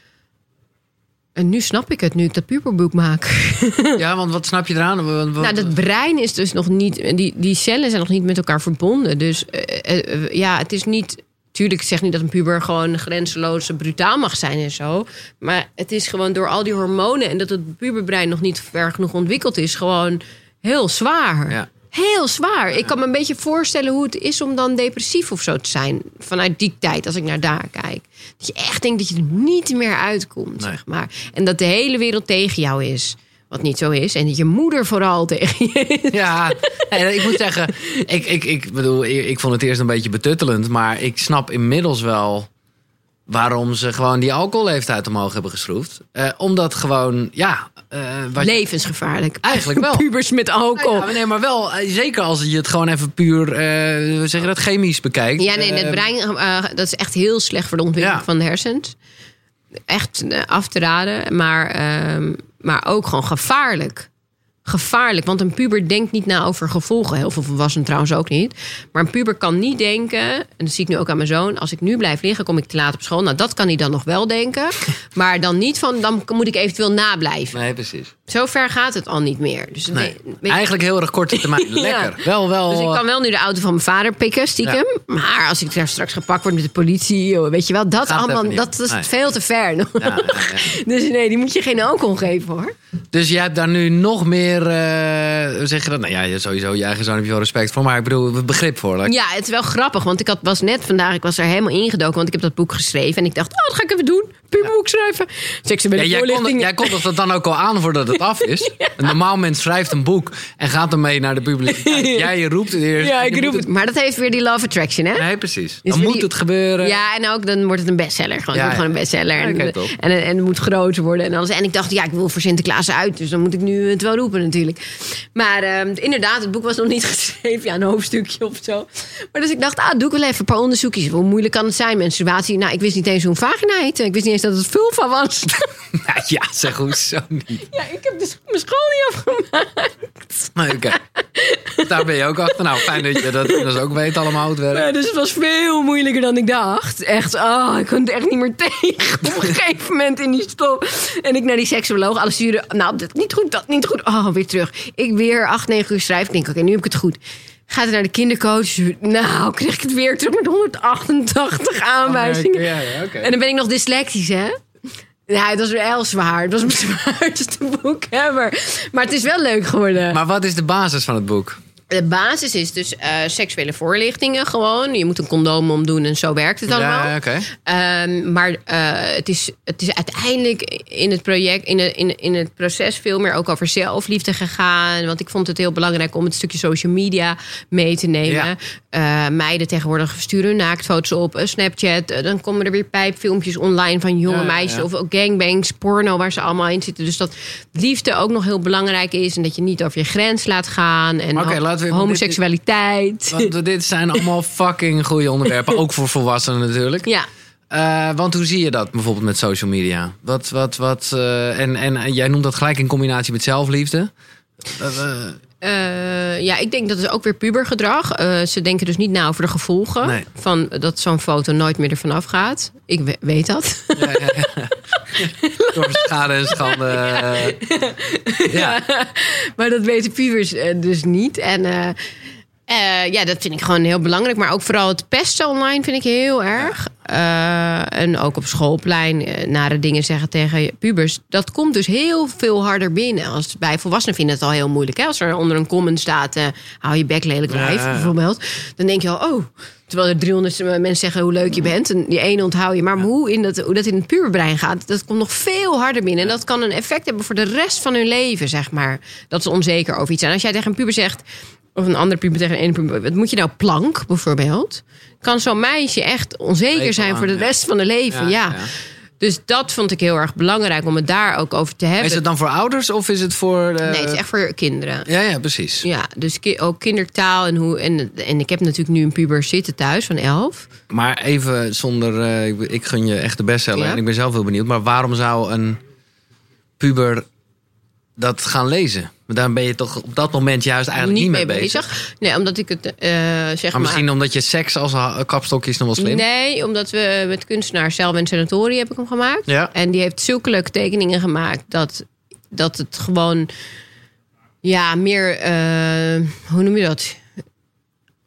S2: nu snap ik het, nu ik dat puberboek maak.
S1: Ja, want wat snap je eraan?
S2: Nou, dat brein is dus nog niet. Die cellen zijn nog niet met elkaar verbonden. Dus het tuurlijk, ik zeg niet dat een puber gewoon grenzeloos brutaal mag zijn en zo. Maar het is gewoon door al die hormonen en dat het puberbrein nog niet ver genoeg ontwikkeld is, gewoon heel zwaar.
S1: Ja.
S2: Heel zwaar. Ik kan me een beetje voorstellen hoe het is om dan depressief of zo te zijn. Vanuit die tijd, als ik naar daar kijk. Dat je echt denkt dat je er niet meer uitkomt,
S1: Nee.
S2: zeg maar. En dat de hele wereld tegen jou is. Wat niet zo is. En dat je moeder vooral tegen je is.
S1: Ja, nee, ik moet zeggen, ik bedoel, ik vond het eerst een beetje betuttelend, maar ik snap inmiddels wel waarom ze gewoon die alcoholleeftijd omhoog hebben geschroefd. Omdat gewoon,
S2: Levensgevaarlijk.
S1: Eigenlijk wel.
S2: Pubers met alcohol.
S1: Ja, nee, maar wel, zeker als je het gewoon even puur, hoe zeg je dat, chemisch bekijkt.
S2: Ja, nee, het brein, dat is echt heel slecht voor de ontwikkeling van de hersens. Echt af te raden, maar ook gewoon gevaarlijk. Gevaarlijk, want een puber denkt niet na over gevolgen. Heel veel volwassenen trouwens ook niet. Maar een puber kan niet denken, en dat zie ik nu ook aan mijn zoon, als ik nu blijf liggen, kom ik te laat op school. Nou, dat kan hij dan nog wel denken. Maar dan niet van, dan moet ik eventueel nablijven.
S1: Nee, precies.
S2: Zo ver gaat het al niet meer. Dus
S1: Nee. Eigenlijk heel erg korte termijn. Lekker. Wel.
S2: Dus ik kan wel nu de auto van mijn vader pikken, stiekem. Ja. Maar als ik daar straks gepakt word met de politie, weet je wel, dat allemaal, dat is veel te ver. Ja. Dus nee, die moet je geen alcohol geven, hoor.
S1: Dus jij hebt daar nu nog meer, hoe zeg je dat? Nou ja, sowieso, je eigen zoon heb je wel respect voor, maar ik bedoel, begrip voor.
S2: Ja, het is wel grappig, want ik was net vandaag, ik was er helemaal ingedoken, want ik heb dat boek geschreven. En ik dacht, dat ga ik even doen. Puberboek schrijven. Seksuele voorlichtingen.
S1: Jij kondigt dat dan ook al aan voordat het af is. Ja. Een normaal mens schrijft een boek en gaat ermee naar de publiciteit. Jij roept het eerst.
S2: Ja, ik roep het. Maar dat heeft weer die love attraction, hè?
S1: Nee, precies. Dan moet het gebeuren.
S2: Ja, en ook dan wordt het een bestseller. Gewoon, gewoon een bestseller. En het moet groter worden en alles. En ik dacht, ik wil voor Sinterklaas uit, dus dan moet ik nu het wel roepen natuurlijk. Maar inderdaad, het boek was nog niet geschreven. Ja, een hoofdstukje of zo. Maar dus ik dacht, doe ik wel even een paar onderzoekjes. Hoe moeilijk kan het zijn, menstruatie? Nou, ik wist niet eens hoe een vagina heette. Ik wist niet eens dat het vulva was.
S1: Ja, zeg hoezo niet.
S2: Ja, ik heb dus mijn school niet afgemaakt.
S1: Oké. Daar ben je ook achter. Nou, fijn dat je dat ook weet allemaal hoe het werkt.
S2: Ja, dus het was veel moeilijker dan ik dacht. Echt, ik kon het echt niet meer tegen. Op een gegeven moment in die stop. En ik naar die seksuoloog. Alles stuurde, nou, dat niet goed, dat niet goed. Weer terug. Ik weer 8-9 uur schrijf. Ik denk, oké, nu heb ik het goed. Gaat er naar de kindercoach. Nou, kreeg ik het weer terug met 188 aanwijzingen. Okay. En dan ben ik nog dyslectisch, hè? Ja, het was weer heel zwaar. Het was mijn zwaarste boek ever. Maar het is wel leuk geworden.
S1: Maar wat is de basis van het boek?
S2: De basis is dus seksuele voorlichtingen gewoon. Je moet een condoom omdoen en zo werkt het allemaal.
S1: Ja, okay.
S2: Maar het is uiteindelijk in het project, in het proces veel meer ook over zelfliefde gegaan. Want ik vond het heel belangrijk om het stukje social media mee te nemen. Ja. Meiden tegenwoordig sturen naaktfoto's op, Snapchat. Dan komen er weer pijpfilmpjes online van jonge meisjes. Of ook gangbangs, porno waar ze allemaal in zitten. Dus dat liefde ook nog heel belangrijk is. En dat je niet over je grens laat gaan. En homoseksualiteit.
S1: Want dit zijn allemaal fucking goede onderwerpen. Ook voor volwassenen natuurlijk.
S2: Ja.
S1: Want hoe zie je dat bijvoorbeeld met social media? En jij noemt dat gelijk in combinatie met zelfliefde.
S2: Ik denk dat is ook weer pubergedrag. Ze denken dus niet na over de gevolgen. Van dat zo'n foto nooit meer ervan afgaat. Ik weet dat.
S1: Ja. Door schade en schande. Ja.
S2: Maar dat weten pubers dus niet. En dat vind ik gewoon heel belangrijk. Maar ook vooral het pesten online vind ik heel erg. En ook op schoolplein nare dingen zeggen tegen pubers. Dat komt dus heel veel harder binnen. Als bij volwassenen vinden het al heel moeilijk. Hè? Als er onder een comment staat, hou je bek lelijk wijf bijvoorbeeld. Dan denk je al, terwijl er 300 mensen zeggen hoe leuk je bent. En die ene onthoud je. Maar hoe dat in het puberbrein gaat, dat komt nog veel harder binnen. En dat kan een effect hebben voor de rest van hun leven, zeg maar. Dat ze onzeker over iets zijn. Als jij tegen een puber zegt, of een andere puber tegen een ene puber, wat moet je nou, plank bijvoorbeeld? Kan zo'n meisje echt onzeker zijn voor de rest van hun leven. Ja. Dus dat vond ik heel erg belangrijk om het daar ook over te hebben.
S1: Is het dan voor ouders of is het voor...
S2: Nee, het is echt voor kinderen.
S1: Ja, precies.
S2: Ja, dus ook kindertaal en ik heb natuurlijk nu een puber zitten thuis van 11.
S1: Maar even zonder... ik gun je echt de bestseller en ik ben zelf heel benieuwd. Maar waarom zou een puber dat gaan lezen? Daar ben je toch op dat moment juist eigenlijk niet mee bezig.
S2: Nee, omdat ik het
S1: maar misschien omdat je seks als kapstokje is nog wel slim.
S2: Nee, omdat we met kunstenaar Selwyn Senatori heb ik hem gemaakt.
S1: Ja.
S2: En die heeft zulke leuke tekeningen gemaakt dat het gewoon meer, hoe noem je dat?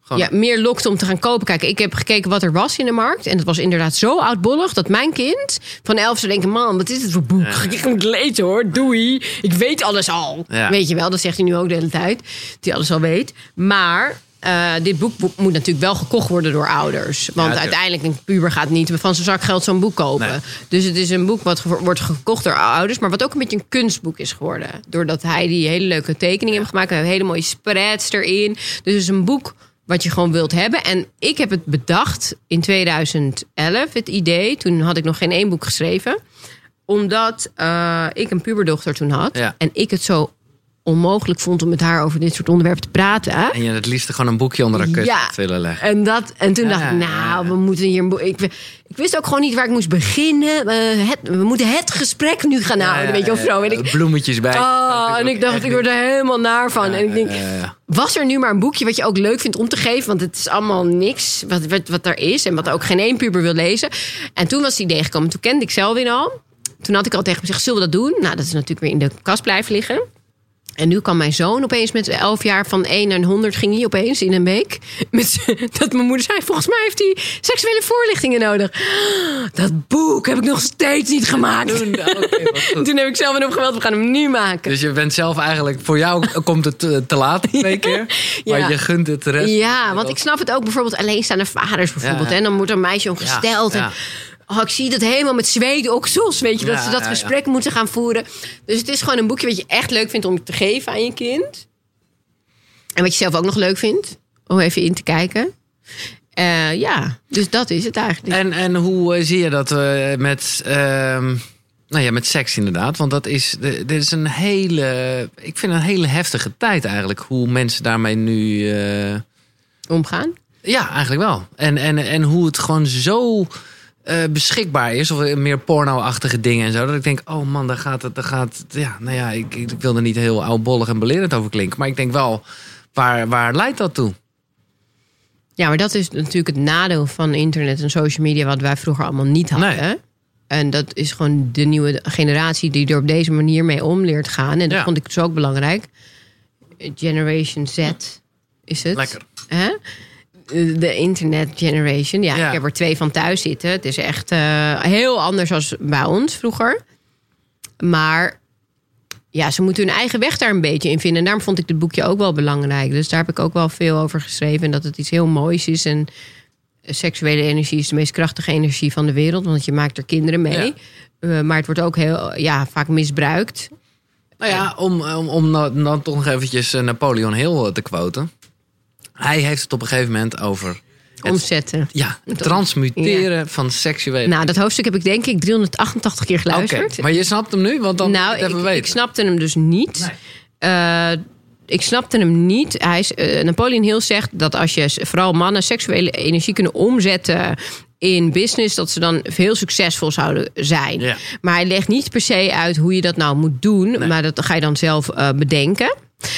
S1: Gewoon...
S2: Ja, meer lokte om te gaan kopen. Kijk, ik heb gekeken wat er was in de markt. En het was inderdaad zo oudbollig dat mijn kind van 11 zou denken... man, wat is het voor boek? Ik moet lezen hoor, doei. Ik weet alles al.
S1: Ja.
S2: Weet je wel, dat zegt hij nu ook de hele tijd. Dat hij alles al weet. Maar... dit boek moet natuurlijk wel gekocht worden door ouders. Want uiteindelijk, een puber gaat niet van zijn zakgeld zo'n boek kopen. Nee. Dus het is een boek wat wordt gekocht door ouders... maar wat ook een beetje een kunstboek is geworden. Doordat hij die hele leuke tekeningen heeft gemaakt. Hij heeft hele mooie spreads erin. Dus het is een boek wat je gewoon wilt hebben. En ik heb het bedacht in 2011, het idee. Toen had ik nog geen 1 boek geschreven. Omdat ik een puberdochter toen had. Ja. En ik het zo... onmogelijk vond om met haar over dit soort onderwerpen te praten.
S1: En je het liefst gewoon een boekje onder haar kussen willen leggen.
S2: En toen dacht ik, we moeten hier een boek... Ik wist ook gewoon niet waar ik moest beginnen. We moeten het gesprek nu gaan houden, weet je, of zo.
S1: Bloemetjes bij.
S2: En ik dacht, ik word er helemaal naar van. En ik denk, was er nu maar een boekje wat je ook leuk vindt om te geven? Want het is allemaal niks wat er is. En wat ook geen 1 puber wil lezen. En toen was het idee gekomen. Toen kende ik Selwyn al. Toen had ik al tegen hem gezegd, zullen we dat doen? Nou, dat is natuurlijk weer in de kast blijven liggen. En nu kan mijn zoon opeens met 11 jaar van 1 naar 100 ging hij opeens in een week. Dat mijn moeder zei, volgens mij heeft hij seksuele voorlichtingen nodig. Dat boek heb ik nog steeds niet gemaakt. Toen heb ik zelf een opgeweld, we gaan hem nu maken.
S1: Dus je bent zelf eigenlijk, voor jou komt het te laat 2 keer. Maar je gunt het de rest.
S2: Ja, want ik snap het ook bijvoorbeeld alleenstaande vaders bijvoorbeeld. En dan wordt een meisje ongesteld. En, ik zie dat helemaal met zweetoksels, weet je, dat ze dat gesprek moeten gaan voeren. Dus het is gewoon een boekje wat je echt leuk vindt om te geven aan je kind. En wat je zelf ook nog leuk vindt, om even in te kijken. Dus dat is het eigenlijk.
S1: En hoe zie je dat met seks inderdaad? Want dit is een hele, ik vind een hele heftige tijd eigenlijk, hoe mensen daarmee nu...
S2: omgaan?
S1: Ja, eigenlijk wel. En hoe het gewoon zo... beschikbaar is, of meer porno-achtige dingen en zo, dat ik denk, oh man, daar gaat ik wil er niet heel oudbollig en belerend over klinken, maar ik denk wel, waar leidt dat toe?
S2: Ja, maar dat is natuurlijk het nadeel van internet en social media, wat wij vroeger allemaal niet hadden. Nee. En dat is gewoon de nieuwe generatie die er op deze manier mee om leert gaan. En dat vond ik dus ook belangrijk. Generation Z is het.
S1: Lekker.
S2: De internet generation. Ja, ik heb er 2 van thuis zitten. Het is echt heel anders dan bij ons vroeger. Maar ja, ze moeten hun eigen weg daar een beetje in vinden. En daarom vond ik dit boekje ook wel belangrijk. Dus daar heb ik ook wel veel over geschreven. En dat het iets heel moois is. En seksuele energie is de meest krachtige energie van de wereld. Want je maakt er kinderen mee. Ja. Maar het wordt ook heel vaak misbruikt.
S1: Nou ja, om dan toch nog eventjes Napoleon Hill te quoten. Hij heeft het op een gegeven moment over...
S2: omzetten.
S1: Het transmuteren van seksuele...
S2: Nou, dat hoofdstuk heb ik denk ik 388 keer geluisterd.
S1: Okay, maar je snapt hem nu? Want dan
S2: ik snapte hem dus niet. Nee. Ik snapte hem niet. Napoleon Hill zegt dat als je vooral mannen seksuele energie kunnen omzetten in business, dat ze dan heel succesvol zouden zijn. Ja. Maar hij legt niet per se uit hoe je dat nou moet doen. Nee. Maar dat ga je dan zelf bedenken.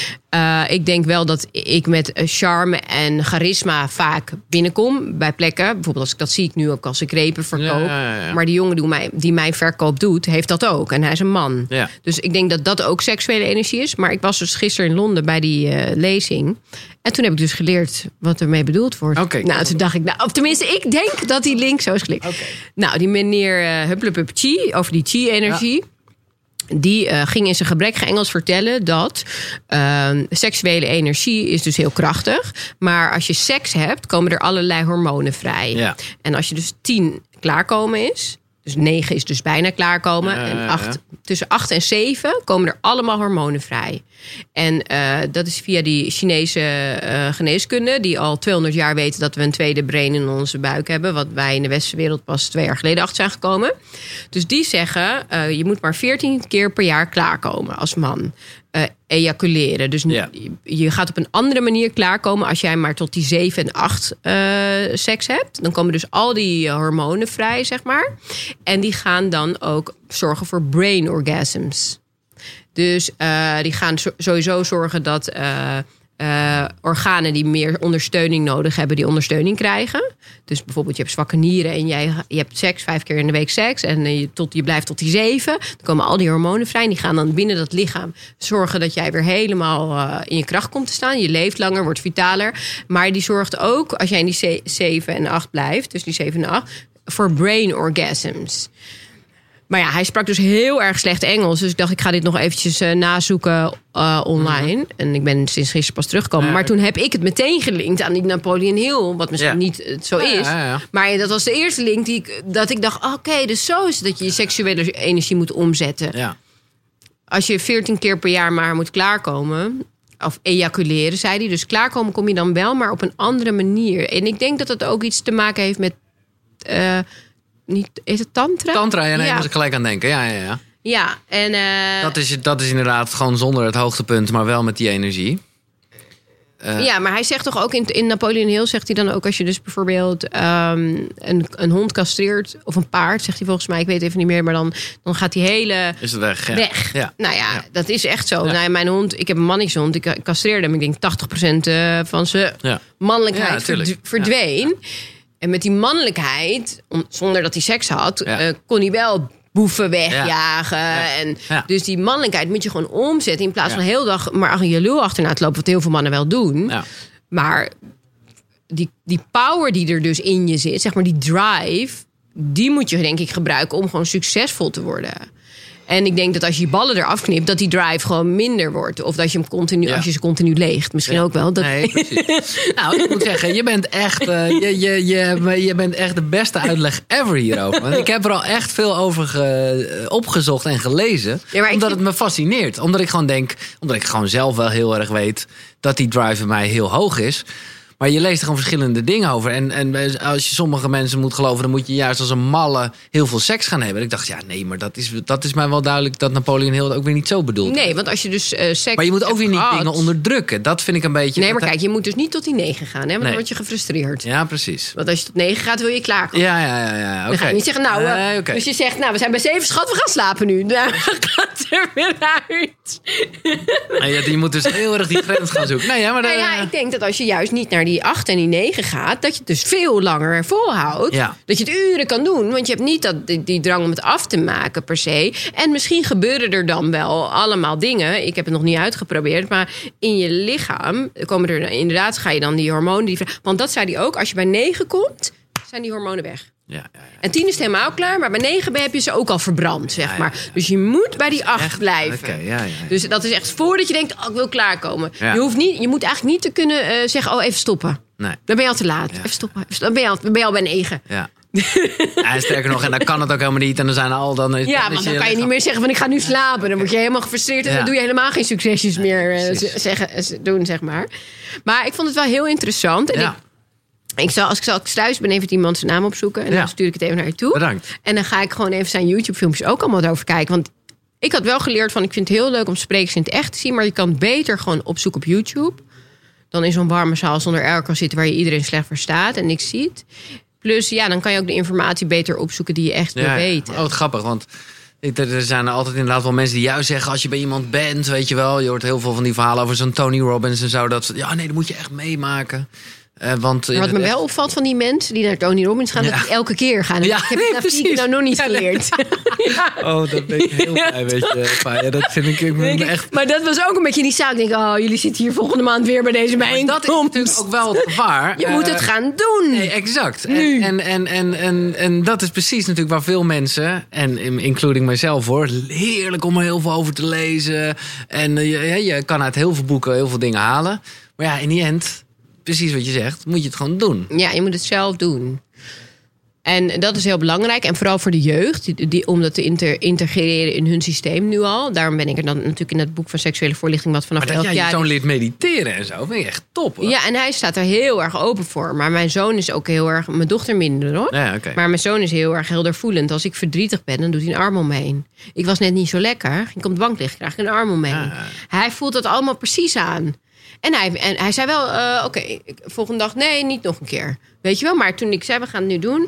S2: Ik denk wel dat ik met charme en charisma vaak binnenkom bij plekken. Bijvoorbeeld dat zie ik nu ook als ik repen verkoop. Ja. Maar die jongen die mijn verkoop doet, heeft dat ook. En hij is een man. Ja. Dus ik denk dat dat ook seksuele energie is. Maar ik was dus gisteren in Londen bij die lezing. En toen heb ik dus geleerd wat ermee bedoeld wordt. Okay. Nou, toen dacht ik, of tenminste, ik denk dat die link zo is geklikt. Okay. Nou, die meneer Hupplepup Chi, over die Chi-energie. Ja. Die ging in zijn gebrekkig Engels vertellen dat seksuele energie is dus heel krachtig. Maar als je seks hebt, komen er allerlei hormonen vrij. Ja. En als je dus 10 klaarkomen is, dus 9 is dus bijna klaarkomen. En tussen 8 en 7 komen er allemaal hormonen vrij. En dat is via die Chinese geneeskunde, die al 200 jaar weten dat we een tweede brein in onze buik hebben. Wat wij in de westerse wereld pas 2 jaar geleden achter zijn gekomen. Dus die zeggen, je moet maar 14 keer per jaar klaarkomen als man. Ejaculeren. Dus je gaat op een andere manier klaarkomen als jij maar tot die 7 en 8 seks hebt. Dan komen dus al die hormonen vrij, zeg maar. En die gaan dan ook zorgen voor brain orgasms. Dus die gaan sowieso zorgen dat organen die meer ondersteuning nodig hebben, die ondersteuning krijgen. Dus bijvoorbeeld je hebt zwakke nieren en je hebt seks 5 keer in de week seks. En je blijft tot die 7. Dan komen al die hormonen vrij. En die gaan dan binnen dat lichaam zorgen dat jij weer helemaal in je kracht komt te staan. Je leeft langer, wordt vitaler. Maar die zorgt ook, als jij in die 7 en 8 blijft, dus die 7 en 8, voor brain orgasms. Maar ja, hij sprak dus heel erg slecht Engels. Dus ik dacht, ik ga dit nog eventjes nazoeken online. En ik ben sinds gisteren pas teruggekomen. Maar toen heb ik het meteen gelinkt aan die Napoleon Hill. Wat misschien niet zo is. Ja. Maar dat was de eerste link dat ik dacht, oké, dus zo is het dat je je seksuele energie moet omzetten. Ja. Als je 14 keer per jaar maar moet klaarkomen, of ejaculeren, zei hij. Dus klaarkomen kom je dan wel, maar op een andere manier. En ik denk dat het ook iets te maken heeft met is het tantra?
S1: Tantra, ja, daar moet ik gelijk aan denken. Ja.
S2: Ja, en
S1: dat is inderdaad gewoon zonder het hoogtepunt, maar wel met die energie.
S2: Ja, maar hij zegt toch ook in Napoleon Hill, zegt hij dan ook, als je dus bijvoorbeeld een hond castreert, of een paard, zegt hij volgens mij, ik weet even niet meer, maar dan gaat die hele
S1: is het weg. Ja.
S2: Nou ja, dat is echt zo. Ja. Nou, mijn hond, ik heb een mannetjeshond, ik castreerde hem, ik denk 80% van zijn mannelijkheid verdween. Ja. En met die mannelijkheid, zonder dat hij seks had, kon hij wel boeven wegjagen. Ja. Dus die mannelijkheid moet je gewoon omzetten, in plaats van heel dag maar achter je lul achterna te lopen, wat heel veel mannen wel doen. Ja. Maar die power die er dus in je zit, zeg maar die drive, die moet je denk ik gebruiken om gewoon succesvol te worden. En ik denk dat als je ballen eraf knipt, dat die drive gewoon minder wordt. Of dat je hem continu, als je ze continu leegt. Misschien ook wel.
S1: Nee, precies. Nou, ik moet zeggen, je bent echt, je bent echt de beste uitleg ever hierover. Want ik heb er al echt veel over opgezocht en gelezen. Ja, omdat het me fascineert. Omdat ik gewoon zelf wel heel erg weet dat die drive in mij heel hoog is. Maar je leest er gewoon verschillende dingen over. En als je sommige mensen moet geloven, dan moet je juist als een malle heel veel seks gaan hebben. En ik dacht, maar dat is mij wel duidelijk dat Napoleon Hill het ook weer niet zo bedoelt.
S2: Nee, want als je dus seks.
S1: Maar je moet ook weer niet dingen onderdrukken. Dat vind ik een beetje.
S2: Nee, maar kijk, je moet dus niet tot die 9 gaan, hè? Want dan word je gefrustreerd.
S1: Ja, precies.
S2: Want als je tot 9 gaat, wil je klaarkomen.
S1: Ja. Okay.
S2: Dan ga je niet zeggen, dus je zegt, we zijn bij 7, schat, we gaan slapen nu. Dan gaat er weer uit.
S1: Je moet dus heel erg die grens gaan zoeken.
S2: Ik denk dat als je juist niet naar die 8 en die 9 gaat, dat je het dus veel langer volhoudt. Ja. Dat je het uren kan doen. Want je hebt niet die drang om het af te maken per se. En misschien gebeuren er dan wel allemaal dingen. Ik heb het nog niet uitgeprobeerd. Maar in je lichaam komen er inderdaad, ga je dan die hormonen. Want dat zei hij ook. Als je bij 9 komt, zijn die hormonen weg. Ja. En 10 is het helemaal klaar, maar bij 9 heb je ze ook al verbrand, zeg maar. Ja. Dus je moet bij die 8 blijven. Dus dat is echt voordat je denkt, ik wil klaarkomen. Ja. Je moet eigenlijk niet te kunnen zeggen, even stoppen. Nee. Dan ben je al te laat. Ja. Even stoppen. Dan ben je al bij 9. Ja.
S1: Sterker nog, en dan kan het ook helemaal niet. En dan zijn al dan.
S2: Ja, maar dan kan je niet meer zeggen van ik ga nu slapen. Dan word je helemaal gefrustreerd en dan doe je helemaal geen succesjes meer doen, zeg maar. Maar ik vond het wel heel interessant. En als ik thuis ben, even iemand zijn naam opzoeken. En dan stuur ik het even naar je toe.
S1: Bedankt.
S2: En dan ga ik gewoon even zijn YouTube-filmpjes ook allemaal over kijken. Want ik had wel geleerd van, ik vind het heel leuk om sprekers in het echt te zien. Maar je kan het beter gewoon opzoeken op YouTube. Dan in zo'n warme zaal zonder airco zitten waar je iedereen slecht verstaat en niks ziet. Plus, dan kan je ook de informatie beter opzoeken die je echt wil weten.
S1: Oh, wat grappig, want er zijn altijd inderdaad wel mensen die juist zeggen, als je bij iemand bent, weet je wel. Je hoort heel veel van die verhalen over zo'n Tony Robbins en zo. Dat moet je echt meemaken.
S2: Wat me wel opvalt van die mensen die naar Tony Robbins gaan, dat die elke keer gaan. Ik heb het nou nog niet geleerd.
S1: Oh, dat ben ik heel blij, weet je. Dat vind ik echt.
S2: Maar dat was ook een beetje die zaak. Ik denk, jullie zitten hier volgende maand weer bij deze bijeenkomst.
S1: Dat is natuurlijk ook wel het gevaar.
S2: Je moet het gaan doen.
S1: Nee, exact. En dat is precies natuurlijk waar veel mensen, en including myself hoor, heerlijk om er heel veel over te lezen. En je kan uit heel veel boeken heel veel dingen halen. Maar in die end, precies wat je zegt, moet je het gewoon doen.
S2: Ja, je moet het zelf doen. En dat is heel belangrijk. En vooral voor de jeugd, om dat te integreren in hun systeem nu al. Daarom ben ik er dan natuurlijk in het boek van seksuele voorlichting wat vanaf 11 jaar.
S1: Je zo'n leert mediteren en zo, vind ik echt top, hoor.
S2: Ja, en hij staat er heel erg open voor. Maar mijn zoon is ook heel erg, mijn dochter minder, hoor.
S1: Ja, okay.
S2: Maar mijn zoon is heel erg heldervoelend. Als ik verdrietig ben, dan doet hij een arm omheen. Ik was net niet zo lekker. Ging ik op de bank liggen, krijg ik een arm omheen. Ja. Hij voelt dat allemaal precies aan. En hij zei wel, volgende dag, nee, niet nog een keer. Weet je wel, maar toen ik zei, we gaan het nu doen,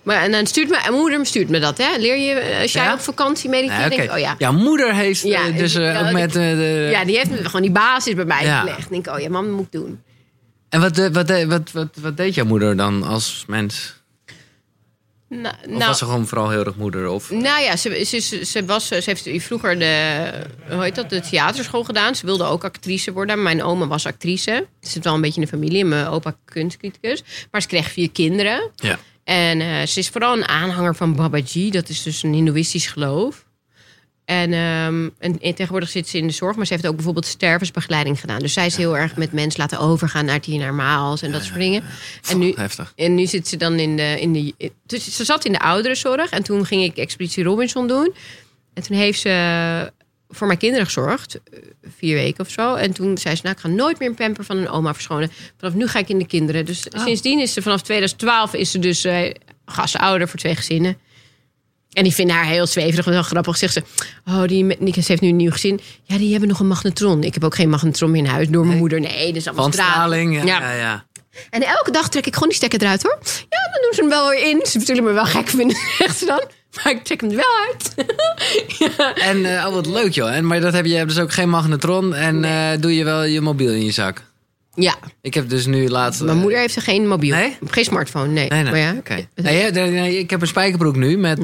S2: Maar en dan mijn moeder stuurt me dat, hè? Leer je als jij op vakantie mediteert?
S1: Ja,
S2: denk ik, ja.
S1: Jouw moeder heeft ook met...
S2: Ja, die heeft gewoon die basis bij mij gelegd. Denk ik, mam, dat moet ik doen.
S1: En wat deed jouw moeder dan als mens? Of was ze gewoon vooral heel erg moeder? Of?
S2: Nou ja, ze heeft vroeger de theaterschool gedaan. Ze wilde ook actrice worden. Mijn oma was actrice. Het zit wel een beetje in de familie. Mijn opa kunstcriticus. Maar ze kreeg 4 kinderen. Ja. En ze is vooral een aanhanger van Babaji. Dat is dus een hindoeïstisch geloof. En tegenwoordig zit ze in de zorg. Maar ze heeft ook bijvoorbeeld stervensbegeleiding gedaan. Dus zij is heel erg met mensen laten overgaan naar het hiernamaals en dat soort dingen. En nu zit ze dan dus ze zat in de ouderenzorg. En toen ging ik Expeditie Robinson doen. En toen heeft ze voor mijn kinderen gezorgd. 4 weken of zo. En toen zei ze, ik ga nooit meer een pamper van een oma verschonen. Vanaf nu ga ik in de kinderen. Dus sindsdien is ze vanaf 2012 is ze dus gastouder voor 2 gezinnen. En die vinden haar heel zweverig, wel grappig. Zegt ze, ze heeft nu een nieuw gezin. Ja, die hebben nog een magnetron. Ik heb ook geen magnetron meer in huis door mijn moeder. Nee, dat is allemaal
S1: straling. Ja.
S2: En elke dag trek ik gewoon die stekker eruit, hoor. Ja, dan doen ze hem wel weer in. Ze zullen me wel gek vinden, zegt ze dan. Maar ik trek hem er wel uit.
S1: Ja. En wat leuk, joh. Maar dat je hebt dus ook geen magnetron. En doe je wel je mobiel in je zak? Ja. Ik heb dus nu laatst...
S2: Mijn moeder heeft geen mobiel. Nee? Geen smartphone, nee.
S1: Maar ja. Okay. Nee, ik heb een spijkerbroek nu met...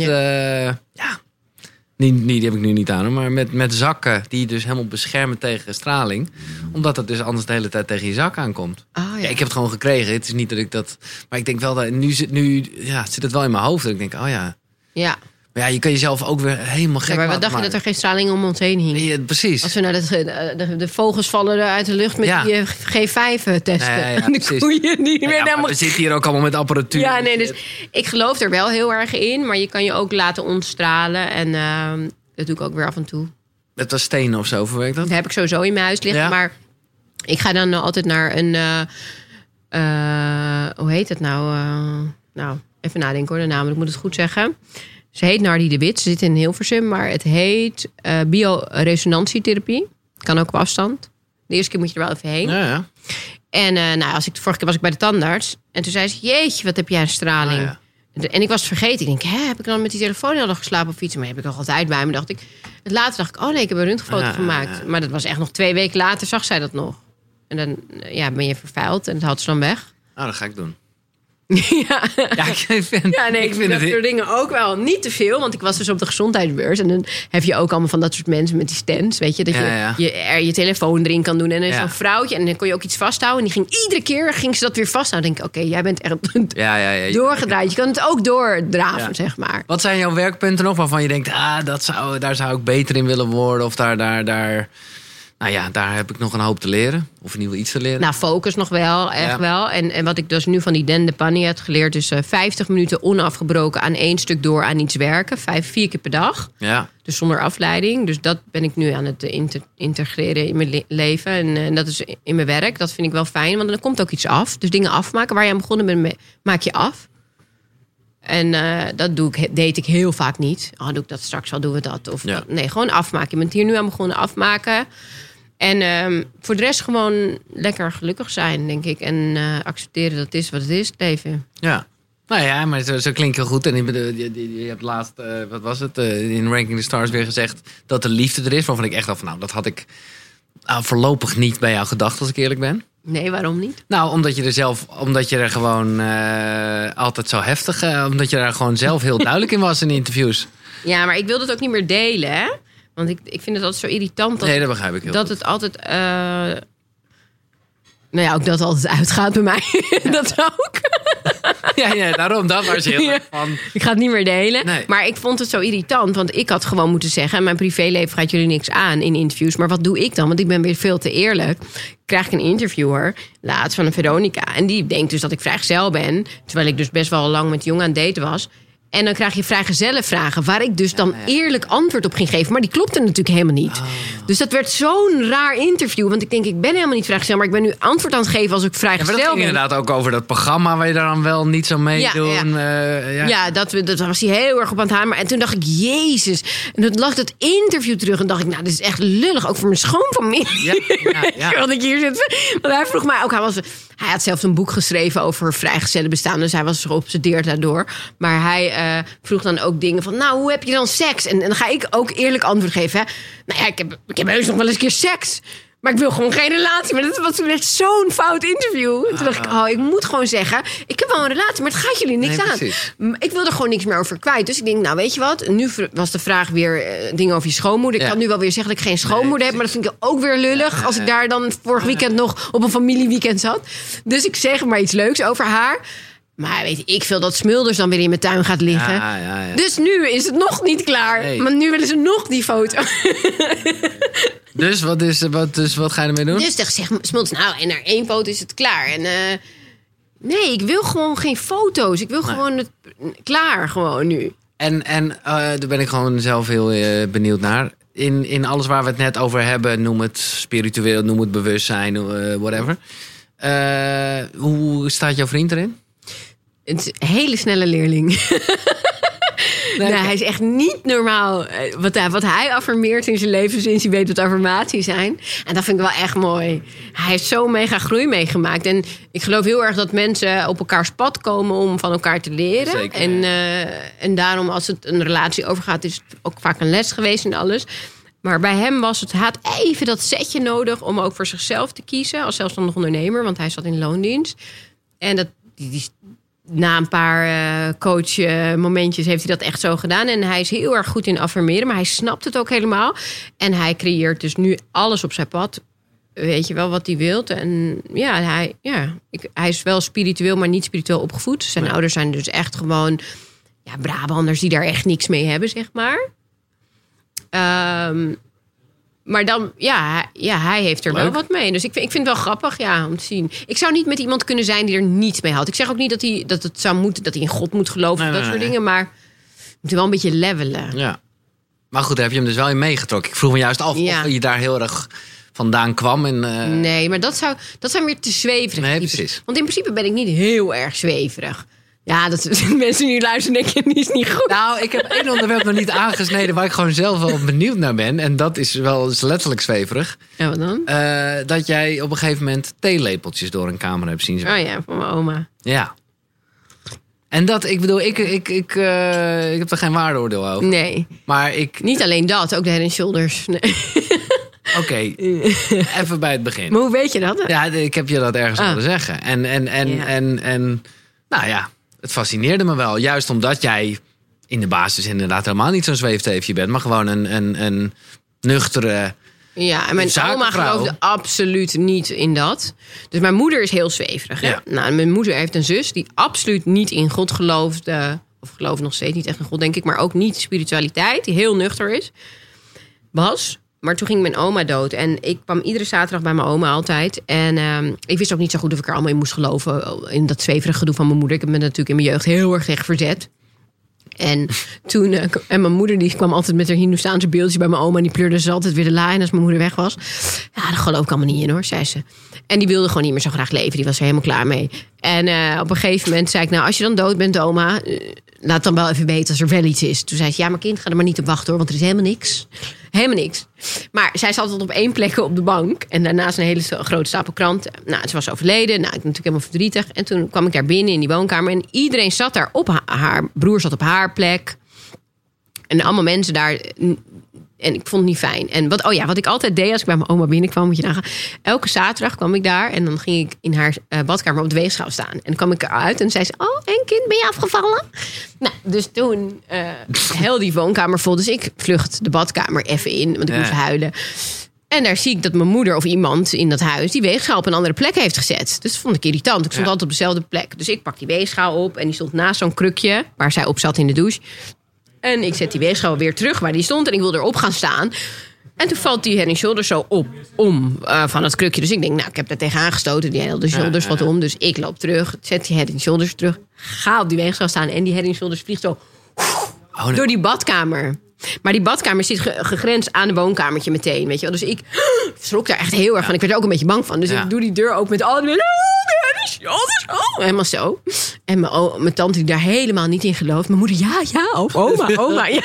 S1: Die heb ik nu niet aan, maar met zakken die dus helemaal beschermen tegen straling. Omdat het dus anders de hele tijd tegen je zak aankomt. Ja, ik heb het gewoon gekregen. Het is niet dat ik dat... Maar ik denk wel dat... Nu zit het wel in mijn hoofd. Dat ik denk, Ja. Maar ja, je kan jezelf ook weer helemaal gek
S2: maar wat dacht je dat er geen straling om ons heen hing?
S1: Ja, precies.
S2: Als we naar de vogels vallen uit de lucht met die G5 testen. Ja, de koeien die weer helemaal...
S1: We zitten hier ook allemaal met apparatuur.
S2: Ja, nee, dus ik geloof er wel heel erg in. Maar je kan je ook laten ontstralen. En dat doe ik ook weer af en toe.
S1: Met een steen of zo, verwerkt dat?
S2: Dat heb ik sowieso in mijn huis liggen. Ja. Maar ik ga dan altijd naar een... hoe heet het nou? Nou, even nadenken hoor, de naam. Ik moet het goed zeggen. Ze heet Nardi de Wit. Ze zit in Hilversum. Maar het heet bioresonantietherapie. Kan ook op afstand. De eerste keer moet je er wel even heen.
S1: Ja.
S2: En vorige keer was ik bij de tandarts. En toen zei ze, jeetje, wat heb jij een straling. Ja. En ik was het vergeten. Ik denk, heb ik dan met die telefoon heel nog geslapen of iets? Maar heb ik nog altijd bij me, dacht ik. En later dacht ik, ik heb een röntgenfoto gemaakt. Maar dat was echt nog 2 weken later, zag zij dat nog. En dan ben je vervuild en dat had ze dan weg.
S1: Dat ga ik doen.
S2: Ik vind dat soort dingen ook wel niet te veel. Want ik was dus op de gezondheidsbeurs. En dan heb je ook allemaal van dat soort mensen met die stands. Weet je, dat je telefoon erin kan doen. En dan is zo'n vrouwtje. En dan kon je ook iets vasthouden. En die ging iedere keer ze dat weer vasthouden. Dan denk ik, jij bent echt doorgedraaid. Je kan het ook doordraven, zeg maar.
S1: Wat zijn jouw werkpunten nog waarvan je denkt... daar zou ik beter in willen worden. Of daar heb ik nog een hoop te leren. Of in ieder geval iets te leren.
S2: Nou, focus nog wel, echt wel. En wat ik dus nu van die Dan de Pani heb geleerd... is 50 minuten onafgebroken aan 1 stuk door aan iets werken. 4 keer per dag. Ja. Dus zonder afleiding. Dus dat ben ik nu aan het integreren in mijn leven. En dat is in mijn werk. Dat vind ik wel fijn, want dan komt ook iets af. Dus dingen afmaken. Waar je aan begonnen bent, maak je af. En dat deed ik heel vaak niet. Doe ik dat straks wel, doen we dat. Nee, gewoon afmaken. Je bent hier nu aan begonnen afmaken... En voor de rest gewoon lekker gelukkig zijn, denk ik. En accepteren dat het is wat het is, het leven.
S1: Ja. Nou ja, maar zo klinkt heel goed. En je hebt laatst, wat was het, in Ranking the Stars weer gezegd... dat de liefde er is. Waarvan ik echt dacht van, dat had ik voorlopig niet bij jou gedacht, als ik eerlijk ben.
S2: Nee, waarom niet?
S1: Nou, omdat je er gewoon altijd zo heftig... omdat je daar gewoon zelf heel duidelijk in was in interviews.
S2: Ja, maar ik wil het ook niet meer delen, hè? Want ik vind het altijd zo irritant.
S1: Dat begrijp ik heel
S2: dat goed. Het altijd... ook dat het altijd uitgaat bij mij. Ja. Dat ook.
S1: Ja, daarom. Dat was je heel van.
S2: Ik ga het niet meer delen. Nee. Maar ik vond het zo irritant. Want ik had gewoon moeten zeggen... mijn privéleven gaat jullie niks aan in interviews. Maar wat doe ik dan? Want ik ben weer veel te eerlijk. Krijg ik een interviewer, laatst van een Veronica. En die denkt dus dat ik vrijgezel ben. Terwijl ik dus best wel lang met jongen aan het daten was... En dan krijg je vrijgezellenvragen... waar ik dus dan eerlijk antwoord op ging geven. Maar die klopte natuurlijk helemaal niet. Dus dat werd zo'n raar interview. Want ik denk, ik ben helemaal niet vrijgesteld, maar ik ben nu antwoord aan het geven als ik vrijgesteld ben.
S1: Ja, maar dat ging inderdaad ook over dat programma waar je daar dan wel niet zo meedoen.
S2: Dat was hij heel erg op aan het hameren. En toen dacht ik, jezus. En toen lag dat interview terug en dacht ik, nou, dit is echt lullig. Ook voor mijn schoonfamilie. Ja. Want ik hier zit. Want hij vroeg mij ook, hij had zelfs een boek geschreven over vrijgezellen bestaan. Dus hij was geobsedeerd daardoor. Maar hij vroeg dan ook dingen van, nou, hoe heb je dan seks? En dan ga ik ook eerlijk antwoord geven. Hè? Nou ja, ik heb heus nog wel eens een keer seks. Maar ik wil gewoon geen relatie. Maar dat was echt zo'n fout interview. En toen dacht ik, ik moet gewoon zeggen, ik heb wel een relatie, maar het gaat jullie niks aan. Precies. Ik wil er gewoon niks meer over kwijt. Dus ik denk, nou, weet je wat? Nu was de vraag weer dingen over je schoonmoeder. Ik kan nu wel weer zeggen dat ik geen schoonmoeder heb. Maar dat vind ik ook weer lullig. Als ik daar dan vorig weekend nog op een familieweekend zat. Dus ik zeg maar iets leuks over haar. Maar weet ik veel dat Smulders dan weer in mijn tuin gaat liggen. Ja. Dus nu is het nog niet klaar. Nee. Maar nu willen ze nog die foto.
S1: Dus wat ga je ermee doen?
S2: Dus zeg Smulders, nou, en na 1 foto is het klaar. En nee, ik wil gewoon geen foto's. Ik wil gewoon het klaar gewoon nu.
S1: En daar ben ik gewoon zelf heel benieuwd naar. In alles waar we het net over hebben, noem het spiritueel, noem het bewustzijn, whatever. Hoe staat jouw vriend erin?
S2: Het is een hele snelle leerling. Nee, hij is echt niet normaal. Wat hij affirmeert in zijn leven sinds hij weet wat affirmaties zijn. En dat vind ik wel echt mooi. Hij heeft zo mega groei meegemaakt. En ik geloof heel erg dat mensen op elkaars pad komen om van elkaar te leren. Zeker. En daarom als het een relatie overgaat, is het ook vaak een les geweest en alles. Maar bij hem was het, hij had even dat setje nodig om ook voor zichzelf te kiezen. Als zelfstandig ondernemer, want hij zat in loondienst. En na een paar coachmomentjes heeft hij dat echt zo gedaan. En hij is heel erg goed in affirmeren, maar hij snapt het ook helemaal. En hij creëert dus nu alles op zijn pad. Weet je wel wat hij wilt. En hij is wel spiritueel, maar niet spiritueel opgevoed. Zijn ouders zijn dus echt gewoon Brabanders die daar echt niks mee hebben, zeg maar. Maar dan, hij heeft er wel wat mee. Dus ik vind het wel grappig, om te zien. Ik zou niet met iemand kunnen zijn die er niets mee had. Ik zeg ook niet dat het zou moeten, dat hij in God moet geloven of dat soort dingen. Maar we moeten wel een beetje levelen. Ja.
S1: Maar goed, daar heb je hem dus wel in meegetrokken. Ik vroeg me juist af of je daar heel erg vandaan kwam.
S2: Nee, maar dat zijn weer te zweverig.
S1: Nee, precies.
S2: Want in principe ben ik niet heel erg zweverig. Ja, dat mensen nu luisteren denken, die is niet goed.
S1: Nou, ik heb 1 onderwerp nog niet aangesneden waar ik gewoon zelf wel benieuwd naar ben. En dat is wel letterlijk zweverig.
S2: Ja, wat dan?
S1: Dat jij op een gegeven moment theelepeltjes door een kamer hebt zien.
S2: Oh ja, van mijn oma.
S1: Ja. En dat, ik bedoel, ik heb er geen waardeoordeel over.
S2: Nee.
S1: Maar
S2: niet alleen dat, ook de Head & Shoulders. Nee.
S1: Oké, even bij het begin.
S2: Maar hoe weet je dat?
S1: Ja, ik heb je dat ergens willen zeggen. En nou ja, het fascineerde me wel. Juist omdat jij in de basis inderdaad helemaal niet zo'n zweefteefje bent, maar gewoon een nuchtere.
S2: Ja, en mijn oma geloofde absoluut niet in dat. Dus mijn moeder is heel zweverig. Ja. Nou, mijn moeder heeft een zus die absoluut niet in God geloofde. Of gelooft nog steeds niet echt in God, denk ik. Maar ook niet spiritualiteit, die heel nuchter is. Maar toen ging mijn oma dood. En ik kwam iedere zaterdag bij mijn oma altijd. En ik wist ook niet zo goed of ik er allemaal in moest geloven. In dat zweverige gedoe van mijn moeder. Ik heb me natuurlijk in mijn jeugd heel erg tegen verzet. En toen, en mijn moeder die kwam altijd met haar Hindoestaanse beeldjes bij mijn oma. En die pleurde ze altijd weer de la in als mijn moeder weg was. Ja, daar geloof ik allemaal niet in hoor, zei ze. En die wilde gewoon niet meer zo graag leven. Die was er helemaal klaar mee. En op een gegeven moment zei ik, nou als je dan dood bent oma, laat dan wel even weten als er wel iets is. Toen zei ze, ja maar kind, ga er maar niet op wachten hoor. Want er is helemaal niks. Helemaal niks. Maar zij zat altijd op 1 plek op de bank. En daarnaast een hele grote stapel kranten. Nou, ze was overleden. Nou, ik was natuurlijk helemaal verdrietig. En toen kwam ik daar binnen in die woonkamer. En iedereen zat daar op haar broer zat op haar plek. En allemaal mensen daar. En ik vond het niet fijn. En wat ik altijd deed als ik bij mijn oma binnenkwam, moet je nagaan. Elke zaterdag kwam ik daar en dan ging ik in haar badkamer op de weegschaal staan. En dan kwam ik eruit en zei ze, oh, en kind, ben je afgevallen? Nou, dus toen heel die woonkamer vol. Dus ik vlucht de badkamer even in, want ik moest huilen. En daar zie ik dat mijn moeder of iemand in dat huis die weegschaal op een andere plek heeft gezet. Dus dat vond ik irritant. Ik stond altijd op dezelfde plek. Dus ik pak die weegschaal op en die stond naast zo'n krukje waar zij op zat in de douche. En ik zet die weegschaal weer terug waar die stond. En ik wil erop gaan staan. En toen valt die Head & Shoulders zo om van het krukje. Dus ik denk, nou, ik heb daar tegenaan gestoten. Die Head & Shoulders valt om. Dus ik loop terug. Zet die Head & Shoulders terug. Ga op die weegschaal staan. En die Head & Shoulders vliegt zo door die badkamer. Maar die badkamer zit gegrensd aan de woonkamertje meteen, weet je wel. Dus ik schrok daar echt heel erg van. Ik werd er ook een beetje bang van. Dus ik doe die deur open met al die... Helemaal zo. En mijn tante die daar helemaal niet in gelooft. Mijn moeder, ja, oma. Ja.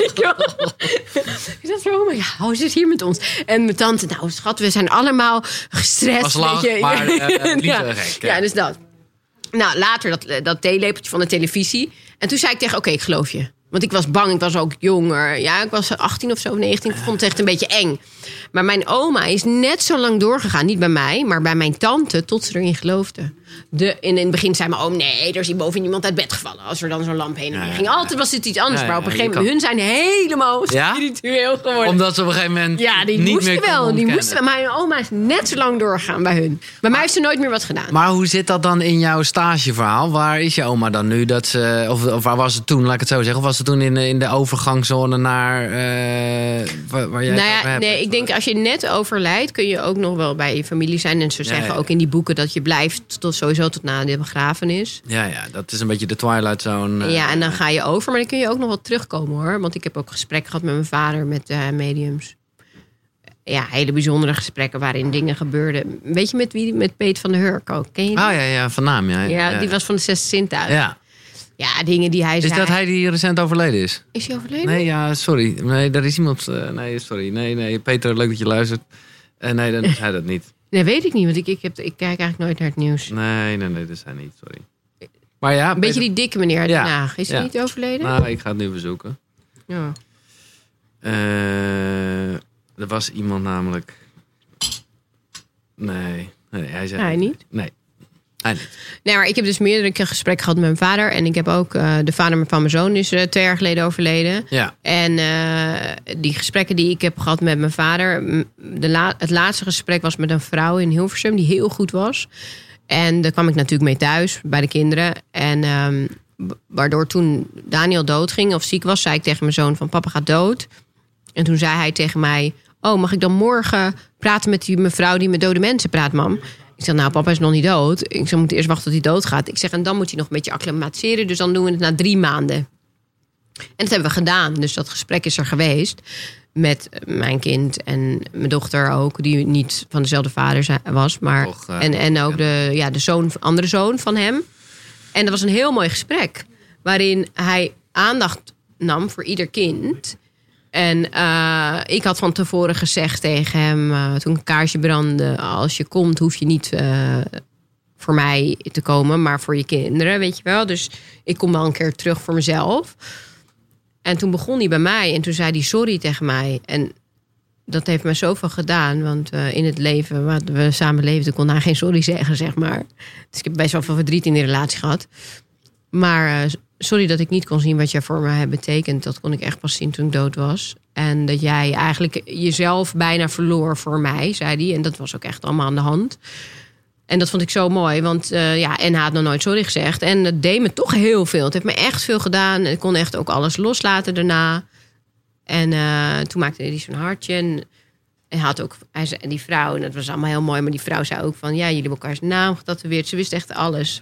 S2: Ik dacht, oma, hoe is het hier met ons? En mijn tante, nou schat, we zijn allemaal gestrest.
S1: Was lach,
S2: weet je.
S1: maar niet zo gek.
S2: Ja, dus dat. Nou, later dat theelepeltje van de televisie. En toen zei ik tegen, oké, ik geloof je. Want ik was bang, ik was ook jonger. Ja, ik was 18 of zo, 19. Ik vond het echt een beetje eng. Maar mijn oma is net zo lang doorgegaan. Niet bij mij, maar bij mijn tante, tot ze erin geloofde. In het begin zei mijn oom, nee, er is hier boven iemand uit bed gevallen. Als er dan zo'n lamp heen en weer ging. Altijd was het iets anders. Maar op een gegeven moment, hun zijn helemaal spiritueel geworden.
S1: Omdat ze op een gegeven moment
S2: die
S1: niet
S2: moesten
S1: meer
S2: wel. Die moesten. Mijn oma is net zo lang doorgegaan bij hun. Bij mij heeft ze nooit meer wat gedaan.
S1: Maar hoe zit dat dan in jouw stageverhaal? Waar is je oma dan nu? Of waar was het toen, laat ik het zo zeggen? Of was het toen in de overgangszone naar waar jij het over hebt?
S2: Nee, ik denk als je net overlijdt, kun je ook nog wel bij je familie zijn. En ze zeggen ook in die boeken dat je blijft sowieso tot na de begrafenis.
S1: Ja, dat is een beetje de Twilight Zone.
S2: Ja, en dan ga je over. Maar dan kun je ook nog wel terugkomen, hoor. Want ik heb ook gesprekken gehad met mijn vader, met mediums. Ja, hele bijzondere gesprekken waarin dingen gebeurden. Weet je met wie? Met Peet van der Hurk ook. Ken je die?
S1: Ja, van naam. Ja,
S2: die was van de Zesde Zintuig.
S1: Ja,
S2: dingen die hij zei.
S1: Is dat hij die recent overleden is?
S2: Is hij overleden?
S1: Nee, ja, sorry. Nee, daar is iemand... nee, sorry. Nee, Peter, leuk dat je luistert. Nee, dan is hij dat niet.
S2: Nee, weet ik niet, want ik kijk eigenlijk nooit naar het nieuws.
S1: Nee, dat is hij niet, sorry. Maar ja,
S2: een beetje die dikke meneer uit Den Haag. Is hij niet overleden?
S1: Nou, ik ga het nu verzoeken.
S2: Ja.
S1: Er was iemand namelijk... Nee, hij zei...
S2: Hij niet?
S1: Nee, hij niet.
S2: Nee, maar ik heb dus meerdere gesprekken gehad met mijn vader. En ik heb ook... de vader van mijn zoon is 2 jaar geleden overleden.
S1: Ja.
S2: En die gesprekken die ik heb gehad met mijn vader... Het laatste gesprek was met een vrouw in Hilversum... die heel goed was. En daar kwam ik natuurlijk mee thuis, bij de kinderen. En waardoor toen Daniel doodging of ziek was... zei ik tegen mijn zoon van papa gaat dood. En toen zei hij tegen mij... oh, mag ik dan morgen praten met die mevrouw die met dode mensen praat, mam? Ik zeg, nou, papa is nog niet dood. Ik zeg, we moeten eerst wachten tot hij doodgaat. Ik zeg, en dan moet hij nog een beetje acclimatiseren. Dus dan doen we het na 3 maanden. En dat hebben we gedaan. Dus dat gesprek is er geweest met mijn kind en mijn dochter ook, die niet van dezelfde vader was, maar en ook de andere zoon van hem. En dat was een heel mooi gesprek waarin hij aandacht nam voor ieder kind. En ik had van tevoren gezegd tegen hem, toen een kaarsje brandde, als je komt hoef je niet voor mij te komen, maar voor je kinderen, weet je wel. Dus ik kom wel een keer terug voor mezelf. En toen begon hij bij mij en toen zei hij sorry tegen mij. En dat heeft me zoveel gedaan. Want in het leven wat we samen leefden kon hij geen sorry zeggen, zeg maar. Dus ik heb best wel veel verdriet in die relatie gehad. Maar sorry dat ik niet kon zien wat jij voor me hebt betekend. Dat kon ik echt pas zien toen ik dood was. En dat jij eigenlijk jezelf bijna verloor voor mij, zei hij. En dat was ook echt allemaal aan de hand. En dat vond ik zo mooi, want en hij had nog nooit sorry gezegd. En dat deed me toch heel veel. Het heeft me echt veel gedaan. Ik kon echt ook alles loslaten daarna. En toen maakte hij zo'n hartje. En hij zei, die vrouw, en dat was allemaal heel mooi... maar die vrouw zei ook van, ja, jullie hebben elkaars naam getatoeëerd. Ze wist echt alles.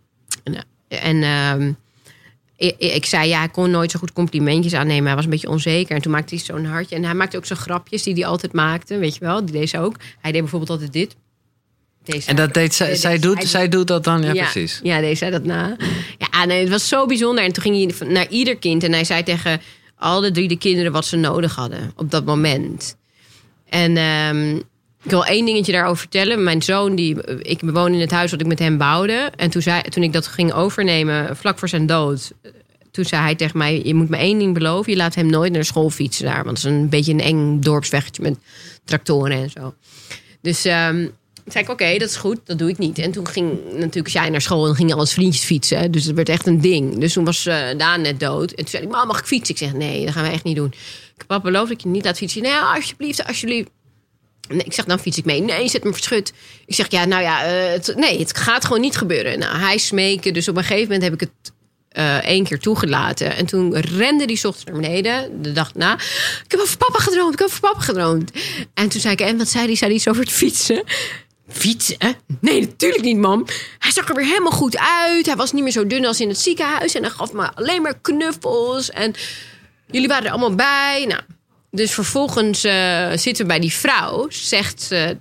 S2: Ik zei, ja, ik kon nooit zo goed complimentjes aannemen. Hij was een beetje onzeker. En toen maakte hij zo'n hartje. En hij maakte ook zo'n grapjes die hij altijd maakte. Weet je wel, die deed ze ook. Hij deed bijvoorbeeld altijd dit.
S1: En dat deed zij doet dat dan? Ja, precies.
S2: Ja, deed zij dat na. Ja, nee, het was zo bijzonder. En toen ging hij naar ieder kind. En hij zei tegen al de 3 de kinderen wat ze nodig hadden op dat moment. En ik wil 1 dingetje daarover vertellen. Mijn zoon, ik woon in het huis wat ik met hem bouwde. En toen ik dat ging overnemen, vlak voor zijn dood... toen zei hij tegen mij, je moet me 1 ding beloven. Je laat hem nooit naar school fietsen daar. Want het is een beetje een eng dorpsweggetje met tractoren en zo. Dus... toen zei ik, oké, dat is goed, dat doe ik niet. En toen ging natuurlijk zij naar school en gingen al eens vriendjes fietsen. Dus dat werd echt een ding. Dus toen was Daan net dood. En toen zei hij, mam, mag ik fietsen? Ik zeg, nee, dat gaan we echt niet doen. Ik heb papa beloofd dat ik je niet laat fietsen. Nee, alsjeblieft. Nee, ik zeg, dan fiets ik mee. Nee, zet me verschut. Ik zeg, ja, nou ja, het gaat gewoon niet gebeuren. Nou, hij smeken. Dus op een gegeven moment heb ik het 1 keer toegelaten. En toen rende hij 's ochtends naar beneden. De dag na. Ik heb over papa gedroomd. En toen zei ik, en wat zei hij? Zei hij iets over het fietsen? Fietsen? Nee, natuurlijk niet, mam. Hij zag er weer helemaal goed uit. Hij was niet meer zo dun als in het ziekenhuis. En hij gaf me alleen maar knuffels. En jullie waren er allemaal bij. Nou, dus vervolgens zitten we bij die vrouw. Zegt ze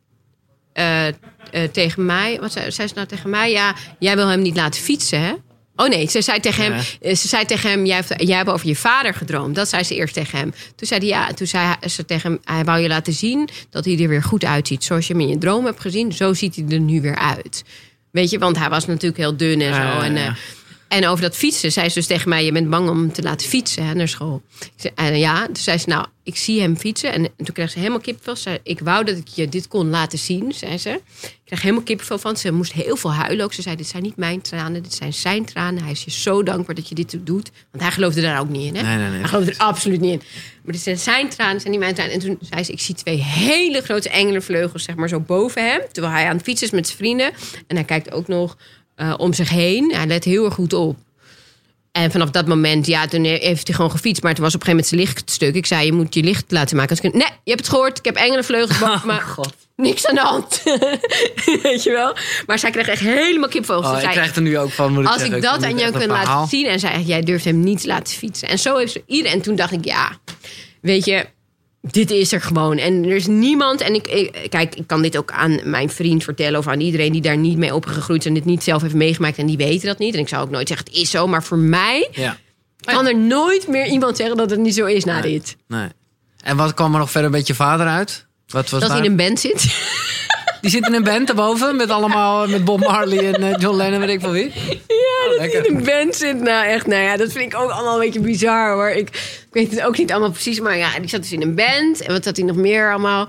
S2: tegen mij... Wat zei ze nou tegen mij? Ja, jij wil hem niet laten fietsen, hè? Oh nee, ze zei tegen hem... Jij hebt over je vader gedroomd. Dat zei ze eerst tegen hem. Toen zei ze tegen hem... Hij wou je laten zien dat hij er weer goed uitziet. Zoals je hem in je droom hebt gezien, zo ziet hij er nu weer uit. Weet je, want hij was natuurlijk heel dun en zo. En over dat fietsen zei ze dus tegen mij... je bent bang om hem te laten fietsen naar school. Toen zei ze, nou, ik zie hem fietsen. En toen kreeg ze helemaal kippenvel. Ze zei, ik wou dat ik je dit kon laten zien, zei ze. Ik kreeg helemaal kippenvel van. Ze moest heel veel huilen ook. Ze zei, dit zijn niet mijn tranen, dit zijn zijn tranen. Hij is je zo dankbaar dat je dit doet. Want hij geloofde daar ook niet in, hè? Nee. Hij geloofde er absoluut niet in. Maar dit zijn zijn tranen, zijn niet mijn tranen. En toen zei ze, ik zie 2 hele grote engelenvleugels, zeg maar, zo boven hem. Terwijl hij aan het fietsen is met zijn vrienden. En hij kijkt ook nog... om zich heen. Hij let heel erg goed op. En vanaf dat moment, toen heeft hij gewoon gefietst. Maar toen was op een gegeven moment zijn lichtstuk. Ik zei, je moet je licht laten maken. Nee, je hebt het gehoord. Ik heb engelenvleugels. Maar God. Niks aan de hand. Weet je wel? Maar zij kreeg echt helemaal kipvogels.
S1: Ik krijg er nu ook van, moet ik zeggen.
S2: Als ik dat aan jou kan laten zien. En zei, jij durft hem niet te laten fietsen. En zo heeft ze iedereen. En toen dacht ik, weet je... Dit is er gewoon. En er is niemand... En ik kan dit ook aan mijn vriend vertellen... of aan iedereen die daar niet mee opgegroeid is... en dit niet zelf heeft meegemaakt en die weten dat niet. En ik zou ook nooit zeggen, het is zo. Maar voor mij kan er nooit meer iemand zeggen... dat het niet zo is na dit.
S1: Nee. En wat kwam er nog verder met je vader uit? Wat was
S2: dat hij in een band zit.
S1: Die zit in een band daarboven... met Bob Marley en John Lennon, weet ik wel wie.
S2: Ja, dat hij in een band zit. Nou, echt, dat vind ik ook allemaal een beetje bizar, hoor. Ik weet het ook niet allemaal precies, maar die zat dus in een band. En wat had hij nog meer allemaal?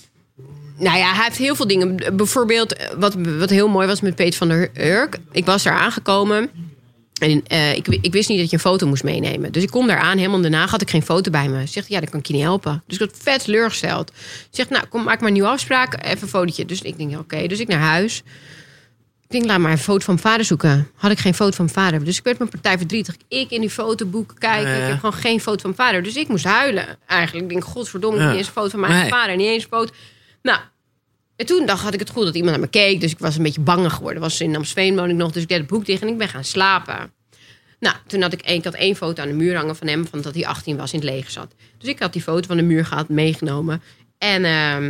S2: Nou ja, hij heeft heel veel dingen. Bijvoorbeeld, wat heel mooi was met Peet van der Urk. Ik was daar aangekomen... En ik wist niet dat je een foto moest meenemen. Dus ik kom daar aan, helemaal daarna had ik geen foto bij me. Ze zegt, dan kan ik je niet helpen. Dus ik had vet teleurgesteld. Ze zegt, nou, kom, maak maar een nieuwe afspraak. Even een fotootje. Dus ik denk, oké. Dus ik naar huis. Ik denk, laat maar een foto van mijn vader zoeken. Had ik geen foto van mijn vader. Dus ik werd mijn partij verdrietig. Ik in die fotoboeken kijken. Ik heb gewoon geen foto van mijn vader. Dus ik moest huilen. Eigenlijk, ik denk, godverdomme, niet eens een foto van mijn vader. Niet eens een foto. Nou, en toen had ik het goed dat iemand naar me keek. Dus ik was een beetje bang geworden. Was in Amstelveen woon ik nog. Dus ik deed het boek dicht en ik ben gaan slapen. Nou, toen had ik 1 foto aan de muur hangen van hem. Van dat hij 18 was, in het leger zat. Dus ik had die foto van de muur gehad, meegenomen. En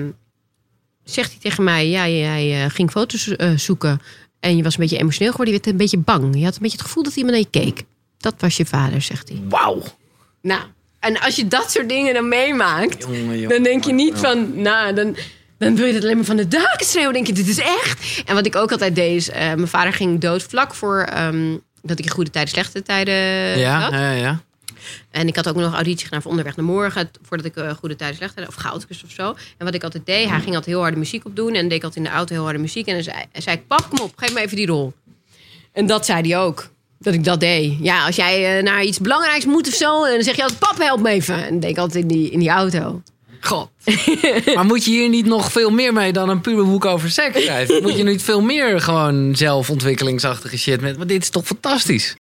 S2: zegt hij tegen mij... Ja, jij ging foto's zoeken. En je was een beetje emotioneel geworden. Je werd een beetje bang. Je had een beetje het gevoel dat iemand naar je keek. Dat was je vader, zegt hij.
S1: Wauw.
S2: Nou, en als je dat soort dingen dan meemaakt... Jongen, dan denk je niet van... Nou, dan wil je het alleen maar van de daken schreeuwen. Dan denk je, dit is echt. En wat ik ook altijd deed is... mijn vader ging dood vlak voor... dat ik in goede tijden, slechte tijden had.
S1: Ja.
S2: En ik had ook nog auditie gedaan voor Onderweg naar Morgen... voordat ik goede tijden, slechte tijden... of Goudkus of zo. En wat ik altijd deed... hij ging altijd heel harde muziek opdoen... en deed ik altijd in de auto heel harde muziek. En dan zei ik, pap, kom op, geef me even die rol. En dat zei hij ook. Dat ik dat deed. Ja, als jij naar iets belangrijks moet of zo... dan zeg je altijd, pap, help me even. En dat deed ik altijd in die auto.
S1: God. Maar moet je hier niet nog veel meer mee dan een puber boek over seks schrijven? Moet je niet veel meer gewoon zelfontwikkelingsachtige shit met? Want dit is toch fantastisch?